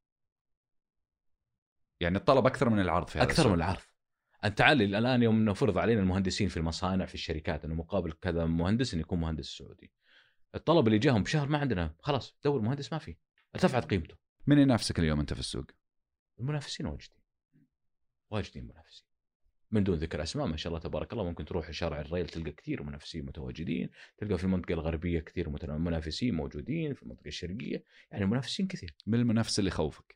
يعني الطلب اكثر من العرض في هذا اكثر السوق. من العرض. انت تعال الان يوم نفرض علينا المهندسين في المصانع في الشركات انه مقابل كذا مهندس انه يكون مهندس سعودي، الطلب اللي جاهم بشهر ما عندنا، خلاص دور مهندس ما في، ارتفعت قيمته. من ينافسك اليوم انت في السوق؟ المنافسين واجدين واجدين منافسين من دون ذكر اسماء، ما شاء الله تبارك الله. ممكن تروح شارع الريل تلقى كثير منافسين متواجدين، تلقى في المنطقه الغربيه كثير منافسين موجودين، في المنطقه الشرقيه يعني منافسين كثير. من المنافس اللي يخوفك؟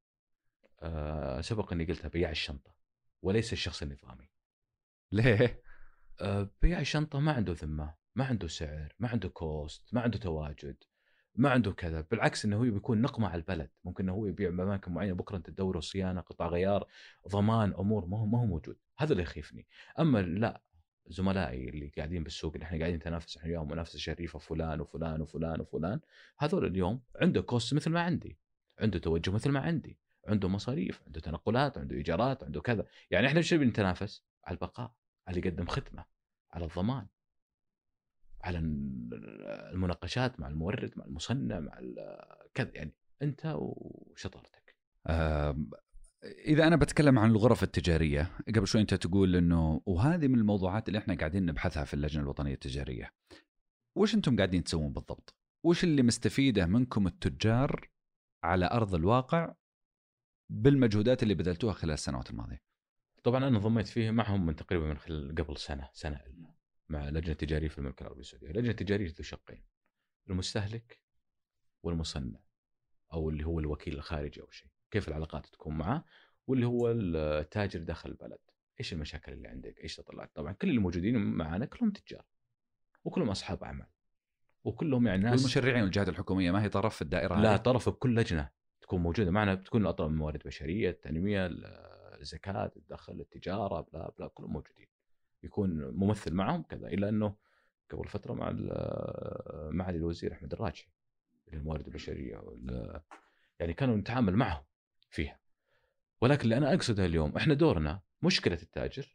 أه سبق اني قلتها، بياع الشنطه وليس الشخص النظامي. ليه؟ أه بياع الشنطه ما عنده ذمه، ما عنده سعر، ما عنده كوست، ما عنده تواجد، ما عنده كذا. بالعكس انه هو بيكون نقمه على البلد. ممكن انه هو يبيع باماكن معينه، بكره انت تدوره صيانه، قطع غيار، ضمان، امور ما هو ما هو موجود. هذا اللي يخيفني. اما لا، زملائي اللي قاعدين بالسوق اللي احنا قاعدين نتنافس احنا اليوم منافسه شريفه، فلان وفلان وفلان وفلان، هذول اليوم عنده كوست مثل ما عندي، عنده توجه مثل ما عندي، عنده مصاريف، عنده تنقلات، عنده ايجارات، عنده كذا. يعني احنا ايش بنتنافس؟ على البقاء، على اللي يقدم خدمه، على الضمان، على المناقشات مع المورد، مع المصنع، مع كذا. يعني انت وشطارتك. آه اذا انا بتكلم عن الغرف التجاريه، قبل شوي انت تقول انه وهذه من الموضوعات اللي احنا قاعدين نبحثها في اللجنه الوطنيه التجاريه. وش انتم قاعدين تسوون بالضبط؟ وش اللي مستفيده منكم التجار على ارض الواقع بالمجهودات اللي بذلتوها خلال السنوات الماضيه؟ طبعا انا ضميت فيه معهم من تقريبا من خلال قبل سنه سنه إلا مع لجنه تجاريه في المملكه العربيه السعوديه. لجنه تجاريه ذو شقين، المستهلك والمصنع او اللي هو الوكيل الخارجي او شيء، كيف العلاقات تكون معه، واللي هو التاجر داخل البلد، ايش المشاكل اللي عندك، ايش تطلعات. طبعا كل اللي موجودين معنا كلهم تجار وكلهم اصحاب اعمال وكلهم يعني ناس. والمشرعين والجهات الحكوميه ما هي طرف في الدائره؟ لا هذه؟ طرف بكل لجنه تكون موجوده معنا، بتكون الاطراف موارد بشريه، التنميه، الزكاه، الدخل، التجاره، بلا بلا كلهم موجودين. يكون ممثل معهم كذا. الا انه قبل فتره مع معالي الوزير احمد الراجحي للموارد البشريه، يعني كانوا نتعامل معهم فيها. ولكن اللي انا اقصده اليوم، احنا دورنا مشكله التاجر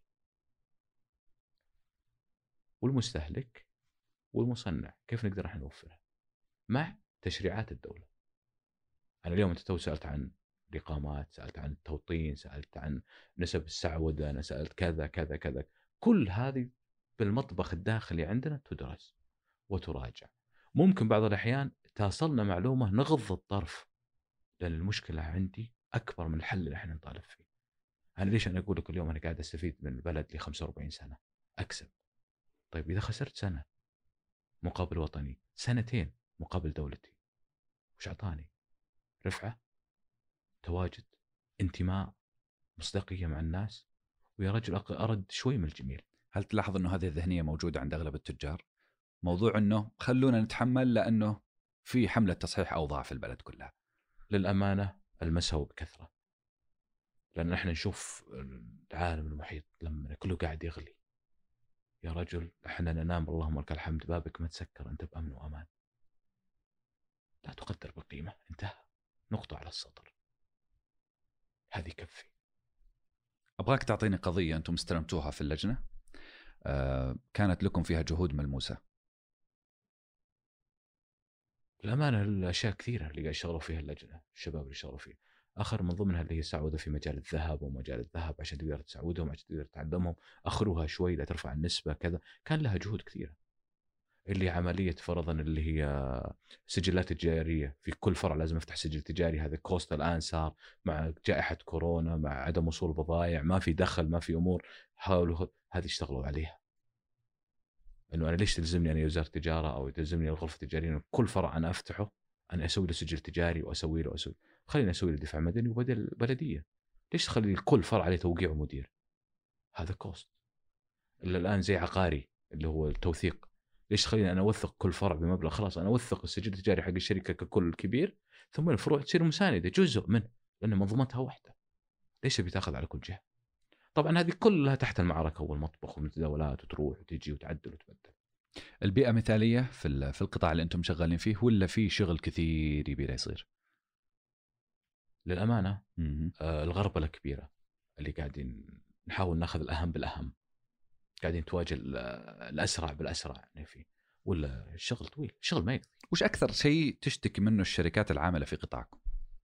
والمستهلك والمصنع كيف نقدر احنا نوفرها مع تشريعات الدوله. انا اليوم انت تو سالت عن الاقامات، سالت عن التوطين، سالت عن نسب السعوده، انا سالت كذا كذا كذا. كل هذه بالمطبخ الداخلي عندنا تدرس وتراجع. ممكن بعض الاحيان تصلنا معلومه نغض الطرف، لان المشكله عندي اكبر من الحل اللي احنا نطالب فيه. انا ليش انا اقول لك اليوم انا قاعد استفيد من البلد لي خمسة وأربعين سنه اكسب؟ طيب اذا خسرت سنه مقابل وطني، سنتين مقابل دولتي، وش اعطاني؟ رفعه، تواجد، انتماء، مصداقيه مع الناس، ويا رجل ارد شوي من الجميل. هل تلاحظ انه هذه الذهنيه موجوده عند اغلب التجار؟ موضوع انه خلونا نتحمل لانه في حمله تصحيح اوضاع في البلد كلها. للامانه المسوا بكثره، لان احنا نشوف العالم المحيط لما كله قاعد يغلي. يا رجل احنا ننام اللهم لك الحمد بابك ما تسكر، انت بامن وامان، لا تقدر بالقيمه، انتهى، نقطه على السطر، هذه كفي. ابغاك تعطيني قضيه انتم استلمتوها في اللجنه آه كانت لكم فيها جهود ملموسه. الامانه الاشياء كثيره اللي قاعد يشتغلوا فيها اللجنه، الشباب اللي يشتغلوا فيها، اخر من ضمنها اللي هي سعوده في مجال الذهب ومجال الذهب عشان تقدر تسعودهم، عشان تقدر تعلمهم، اخروها شوي لا ترفع النسبه كذا، كان لها جهود كثيره. اللي عمليه فرضا اللي هي سجلات تجاريه، في كل فرع لازم افتح سجل تجاري، هذا كوست الان صار مع جائحه كورونا، مع عدم وصول بضائع، ما في دخل، ما في امور، حاولوا هذه اشتغلوا عليها. انه انا ليش تلزمني انا وزاره التجاره او تلزمني الغرفه التجاريه كل فرع انا افتحه انا اسوي له سجل تجاري واسوي له اسوي خليني اسوي له دفاع مدني وبدل بلديه. ليش تخلي كل فرع عليه توقيع ومدير؟ هذا كوست. الا الان زي عقاري اللي هو التوثيق، ليش تخليني انا اوثق كل فرع بمبلغ؟ خلاص انا اوثق السجل التجاري حق الشركه ككل كبير، ثم الفروع تصير مسانده جزء منه، لان منظومتها واحده. ليش بتاخذ على كل جهه؟ طبعا هذه كلها تحت المعركه والمطبخ والمتداولات، وتروح وتجي وتعدل وتبدل. البيئه مثاليه في في القطاع اللي انتم شغالين فيه، ولا في شغل كثير يبي يصير؟ للامانه م- آه الغربله كبيره، اللي قاعدين نحاول ناخذ الاهم بالاهم، قاعدين تواجه الاسرع بالاسرع يعني فيه، ولا الشغل طويل، الشغل ما يقضي. وش اكثر شيء تشتكي منه الشركات العامله في قطاعكم؟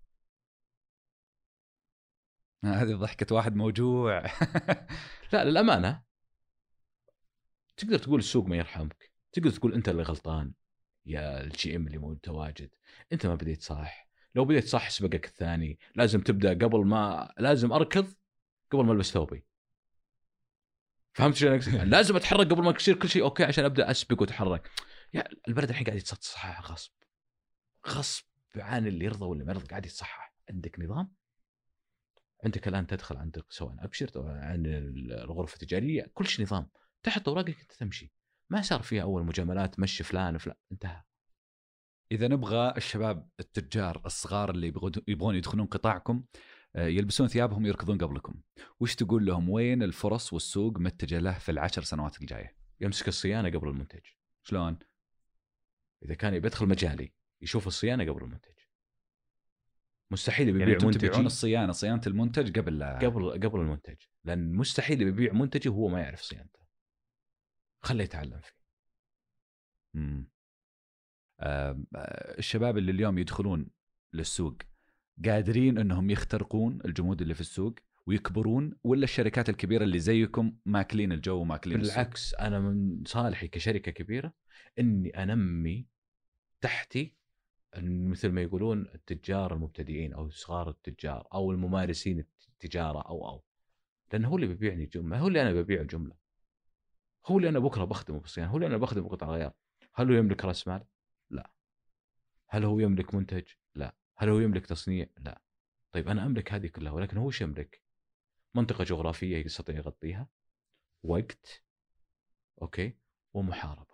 هذه ضحكه واحد موجوع. لا للامانه تقدر تقول السوق ما يرحمك، تقدر تقول انت اللي غلطان يا الجي ام اللي متواجد، انت ما بديت صح. لو بديت صح سبقك الثاني، لازم تبدا قبل ما لازم اركض قبل ما البس ثوبي. فهمت شو يعني؟ لازم اتحرك قبل ما يصير كل شيء اوكي عشان ابدا اسبق واتحرك. يا البلد الحين قاعد يتصحح غصب غصب عن اللي يرضى واللي ما يرضى، قاعد يتصحح. عندك نظام، عندك الان تدخل عندك سواء ابشر او عن الغرفه التجاريه، كل شيء نظام، تحت اوراقك انت تمشي. ما صار فيها اول مجاملات مشي فلان وفلان، انتهى. اذا نبغى الشباب التجار الصغار اللي يبغون يدخلون قطاعكم يلبسون ثيابهم يركضون قبلكم، وش تقول لهم؟ وين الفرص والسوق متجه له في العشر سنوات الجايه؟ يمسك الصيانه قبل المنتج. شلون؟ اذا كان يدخل مجالي يشوف الصيانه قبل المنتج. مستحيل يبيع يعني منتج تبيعون الصيانه صيانه المنتج قبل لا... قبل قبل المنتج، لان مستحيل يبيع منتجه وهو ما يعرف صيانته. خليه يتعلم فيه. امم آه الشباب اللي اليوم يدخلون للسوق قادرين انهم يخترقون الجمود اللي في السوق ويكبرون، ولا الشركات الكبيره اللي زيكم ماكلين الجو وماكلين السوق؟ بالعكس، انا من صالحي كشركه كبيره اني انمي تحتي مثل ما يقولون التجار المبتدئين او صغار التجار او الممارسين التجاره او او لان هو اللي بيبيعني جمله، هو اللي انا ببيع جمله، هو اللي انا بكره بخدمه بالصيانه، هو اللي انا بخدمه قطع غيار. هل هو يملك راس مال؟ لا. هل هو يملك منتج؟ لا. هل هو يملك تصنيع؟ لا. طيب انا املك هذه كلها، ولكن هو ايش يملك؟ منطقه جغرافيه يستطيع يغطيها، وقت، اوكي، ومحاربه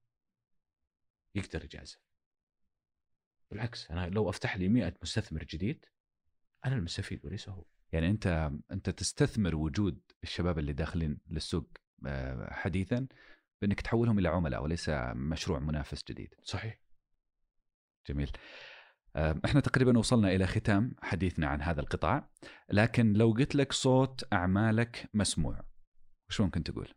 يقدر يجازف. بالعكس انا لو افتح لي مئة مستثمر جديد انا المستفيد وليس هو. يعني انت انت تستثمر وجود الشباب اللي داخلين للسوق حديثا بانك تحولهم الى عملاء وليس مشروع منافس جديد. صحيح. جميل. احنا تقريبا وصلنا الى ختام حديثنا عن هذا القطاع، لكن لو قلت لك صوت اعمالك مسموع وش ممكن تقول؟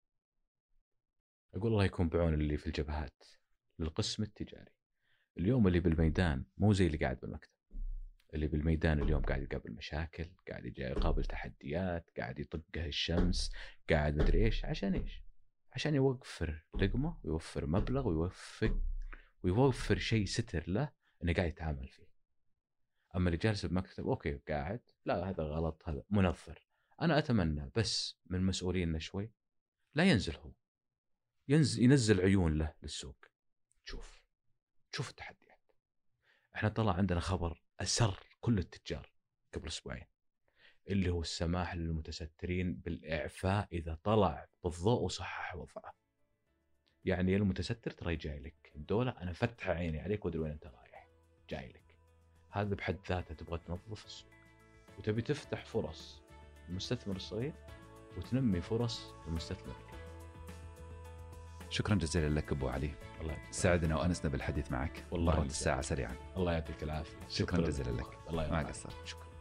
اقول الله يكون بعون اللي في الجبهات للقسم التجاري. اليوم اللي بالميدان مو زي اللي قاعد بالمكتب. اللي بالميدان اليوم قاعد يقابل مشاكل، قاعد يقابل تحديات، قاعد يطقه الشمس، قاعد مدري ايش. عشان ايش؟ عشان يوفر رقمه ويوفر مبلغ ويوفر ويوفر شيء ستر له انه قاعد يتعامل فيه. اما اللي جالس بمكتب اوكي قاعد، لا هذا غلط، هذا منظر. انا اتمنى بس من مسؤوليننا شوي لا ينزل هو ينزل ينزل عيون له للسوق. شوف شوف التحديات. احنا طلع عندنا خبر أسر كل التجار قبل أسبوعين، اللي هو السماح للمتسترين بالإعفاء إذا طلع بالضوء وصحح وضعه. يعني المتستر ترى جاي لك الدولة، أنا فتح عيني عليك وأدري وين أنت رايح، جاي لك. هذا بحد ذاته تبغى تنظف السوق وتبي تفتح فرص المستثمر الصغير وتنمي فرص المستثمر الكبير. شكرا جزيلا لك أبو علي، الله سعدنا وأنسنا بالحديث معك. والله مرت الساعة سريعا. الله يعطيك العافية. شكرا جزيلا لك. الله ما قصرت. شكرا.